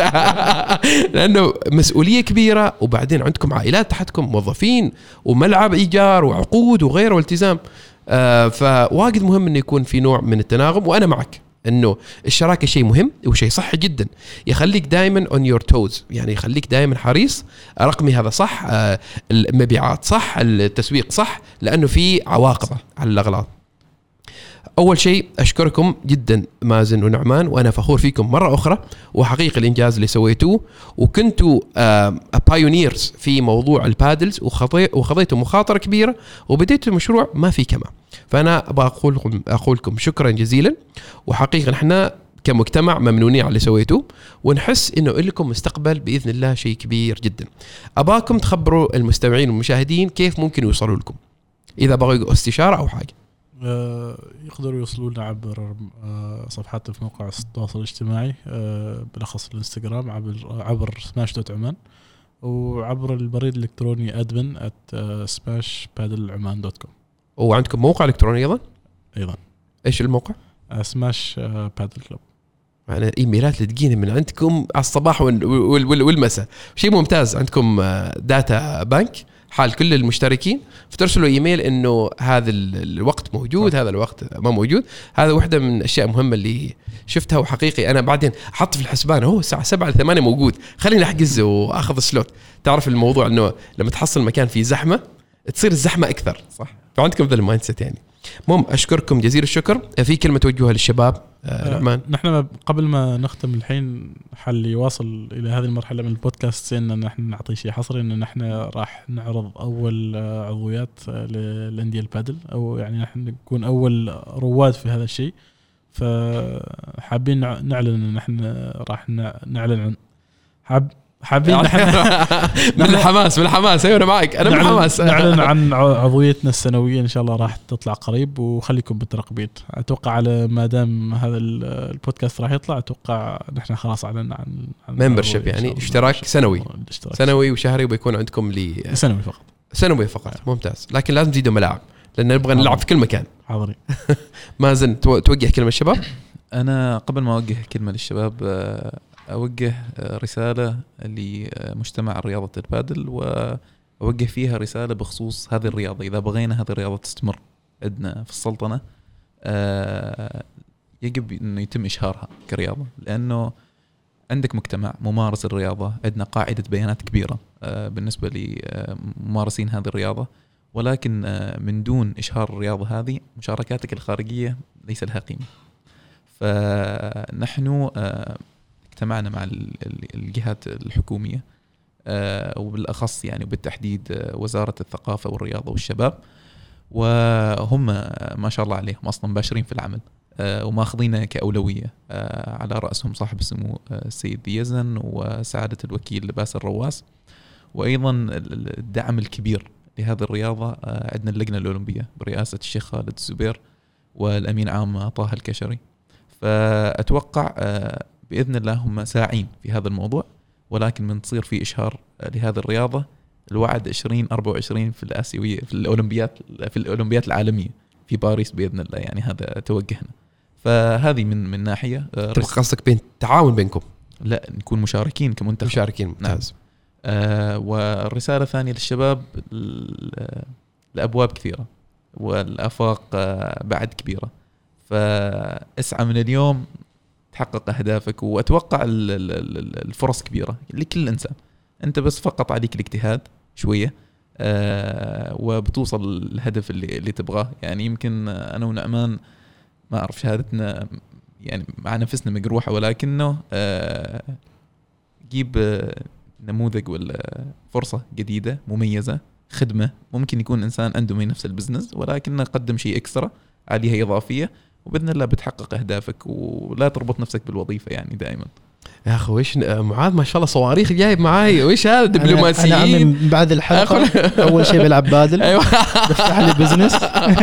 لانه مسؤوليه كبيره وبعدين عندكم عائلات تحتكم موظفين وملعب ايجار وعقود وغيره والتزام. فواجد مهم انه يكون في نوع من التناغم وانا معك انه الشراكه شيء مهم وشيء صحي جدا، يخليك دائما on your toes، يعني يخليك دائما حريص رقمي هذا صح، آه المبيعات صح، التسويق صح، لانه في عواقب على الاغلاط. اول شيء اشكركم جدا مازن ونعمان، وانا فخور فيكم مره اخرى، وحقيقي الانجاز اللي سويتوه، وكنتوا بايونيرز في موضوع البادلز، وخضيتوا مخاطره كبيره وبديتوا مشروع ما في كما. فانا ابغى اقول لكم اقول لكم شكرا جزيلا، وحقيقه احنا كمجتمع ممنونين على اللي سويتوه، ونحس انه لكم مستقبل باذن الله شيء كبير جدا. اباكم تخبروا المستمعين والمشاهدين كيف ممكن يوصلوا لكم اذا بغوا استشاره او حاجه. يقدروا يوصلون عبر صفحات في موقع التواصل الاجتماعي، بالاخص الانستغرام عبر عبر سماش دوت عمان، وعبر البريد الالكتروني ادمن ات سماش بادل عمان دوت كوم. وعندكم موقع الكتروني ايضا؟ ايضا. ايش الموقع؟ سماش بادل كلوب. يعني ايميلات اللي تجينا من عندكم على الصباح والمساء، شيء ممتاز. عندكم داتا بانك حال كل المشتركين، فترسلوا ايميل انه هذا الوقت موجود، هذا الوقت ما موجود. هذا واحدة من الاشياء المهمة اللي شفتها، وحقيقي انا بعدين احط في الحسبان هو الساعة سبعة لثمانية موجود، خليني احجز واخذ السلوت. تعرف الموضوع انه لما تحصل مكان فيه زحمة تصير الزحمة اكثر، صح؟ فعندكم ذا المايند سيت يعني. المهم اشكركم جزيل الشكر. في كلمة توجهها للشباب نعمان؟ نحن قبل ما نختم الحين حل يواصل الى هذه المرحله من البودكاست، ان نحن نعطي شيء حصري، ان نحن راح نعرض اول عضويات للانديه البادل، او يعني نحن نكون اول رواد في هذا الشيء. فحابين نعلن ان نحن راح نعلن عن حاب حابين نحن من الحماس من الحماس ايوه انا معك، انا من الحماس. نعلن عن عضويتنا السنويه ان شاء الله راح تطلع قريب، وخليكم بالترقبين. اتوقع على ما دام هذا البودكاست راح يطلع، اتوقع نحن خلاص اعلنا عن ممبرشيب، يعني اشتراك سنوي سنوي وشهري، وبيكون عندكم لي سنوي فقط سنوي فقط. ممتاز، لكن لازم تزيدوا ملاعب لان نبغى نلعب في كل مكان. حاضرين. مازن توجه كلمه للشباب؟ انا قبل ما اوجه كلمه للشباب أوجه رسالة لمجتمع رياضة البادل، وأوجه فيها رسالة بخصوص هذه الرياضة. إذا بغينا هذه الرياضة تستمر عندنا في السلطنة، يجب أنه يتم إشهارها كرياضة، لأنه عندك مجتمع ممارس الرياضة، عندنا قاعدة بيانات كبيرة بالنسبة لممارسين هذه الرياضة، ولكن من دون إشهار الرياضة هذه مشاركاتك الخارجية ليس لها قيمة. فنحن اجتمعنا مع الجهات الحكومية، وبالأخص يعني وبالتحديد وزارة الثقافة والرياضة والشباب، وهم ما شاء الله عليهم أصلا باشرين في العمل وماخذينها كأولوية، على رأسهم صاحب السمو السيد يزن وسعادة الوكيل باسل رواس، وأيضا الدعم الكبير لهذه الرياضة عندنا اللجنة الأولمبية برئاسة الشيخ خالد الزبير والأمين عام طه الكشري. فأتوقع بإذن الله هم ساعين في هذا الموضوع، ولكن من تصير في إشهار لهذه الرياضة الوعد عشرين أربعة وعشرين في الآسيوية في الأولمبيات في الأولمبيات العالمية في باريس بإذن الله، يعني هذا توجهنا. فهذه من من ناحية. قصدك بين تعاون بينكم؟ لا، نكون مشاركين كمنتخب. مشاركين ممتاز. نعم. آه والرسالة الثانية للشباب، الأبواب كثيرة والآفاق بعد كبيرة، فاسعى من اليوم تحقق أهدافك، وأتوقع الفرص كبيرة لكل إنسان. أنت بس فقط عليك الاجتهاد شوية، آه وبتوصل الهدف اللي, اللي تبغاه. يعني يمكن أنا ونعمان ما أعرف شهادتنا يعني مع نفسنا مجروحة، ولكنه آه جيب آه نموذج ولا فرصة جديدة مميزة، خدمة. ممكن يكون إنسان عنده من نفس البزنس ولكن قدم شيء إكسترا عليها إضافية، وبإذن الله بتحقق أهدافك، ولا تربط نفسك بالوظيفة يعني دائما. يا أخي وإيش معاذ ما شاء الله صواريخ جايب معاي، وإيش هذا دبلوماسيين. أنا, أنا من بعد الحلقة أول شيء بلعب بادل. أيوة. بفتح لي بزنس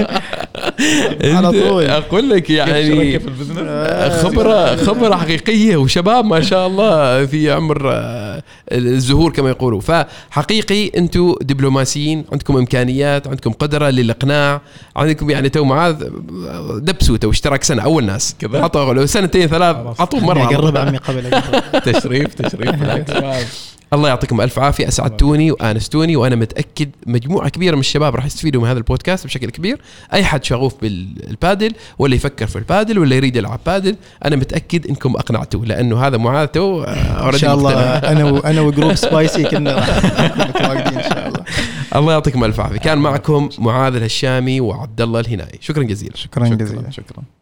على طول. أقول لك يعني خبرة خبرة حقيقية، وشباب ما شاء الله في عمر الزهور كما يقولوا. فحقيقي أنتم دبلوماسيين، عندكم إمكانيات، عندكم قدرة للإقناع، عندكم يعني تو معاذ دبسوا تو اشتراك سنة أول ناس حطوا لو سنتين ثلاث حطوا مرة. قرب عمي قبل تشريف تشريف بالعكس. الله يعطيكم الف عافيه، اسعدتوني وانستوني، وانا متاكد مجموعه كبيره من الشباب راح يستفيدوا من هذا البودكاست بشكل كبير. اي حد شغوف بالبادل ولا يفكر في البادل ولا يريد يلعب بادل، انا متاكد انكم اقنعتوه، لانه هذا معادته ان شاء الله. انا وانا وجروب سبايسي كنا متواجدين ان شاء الله. الله يعطيكم الف عافيه. كان معكم معاذ الهشامي وعبد الله الهنائي. شكرا جزيلا. شكرا جزيلا. شكرا.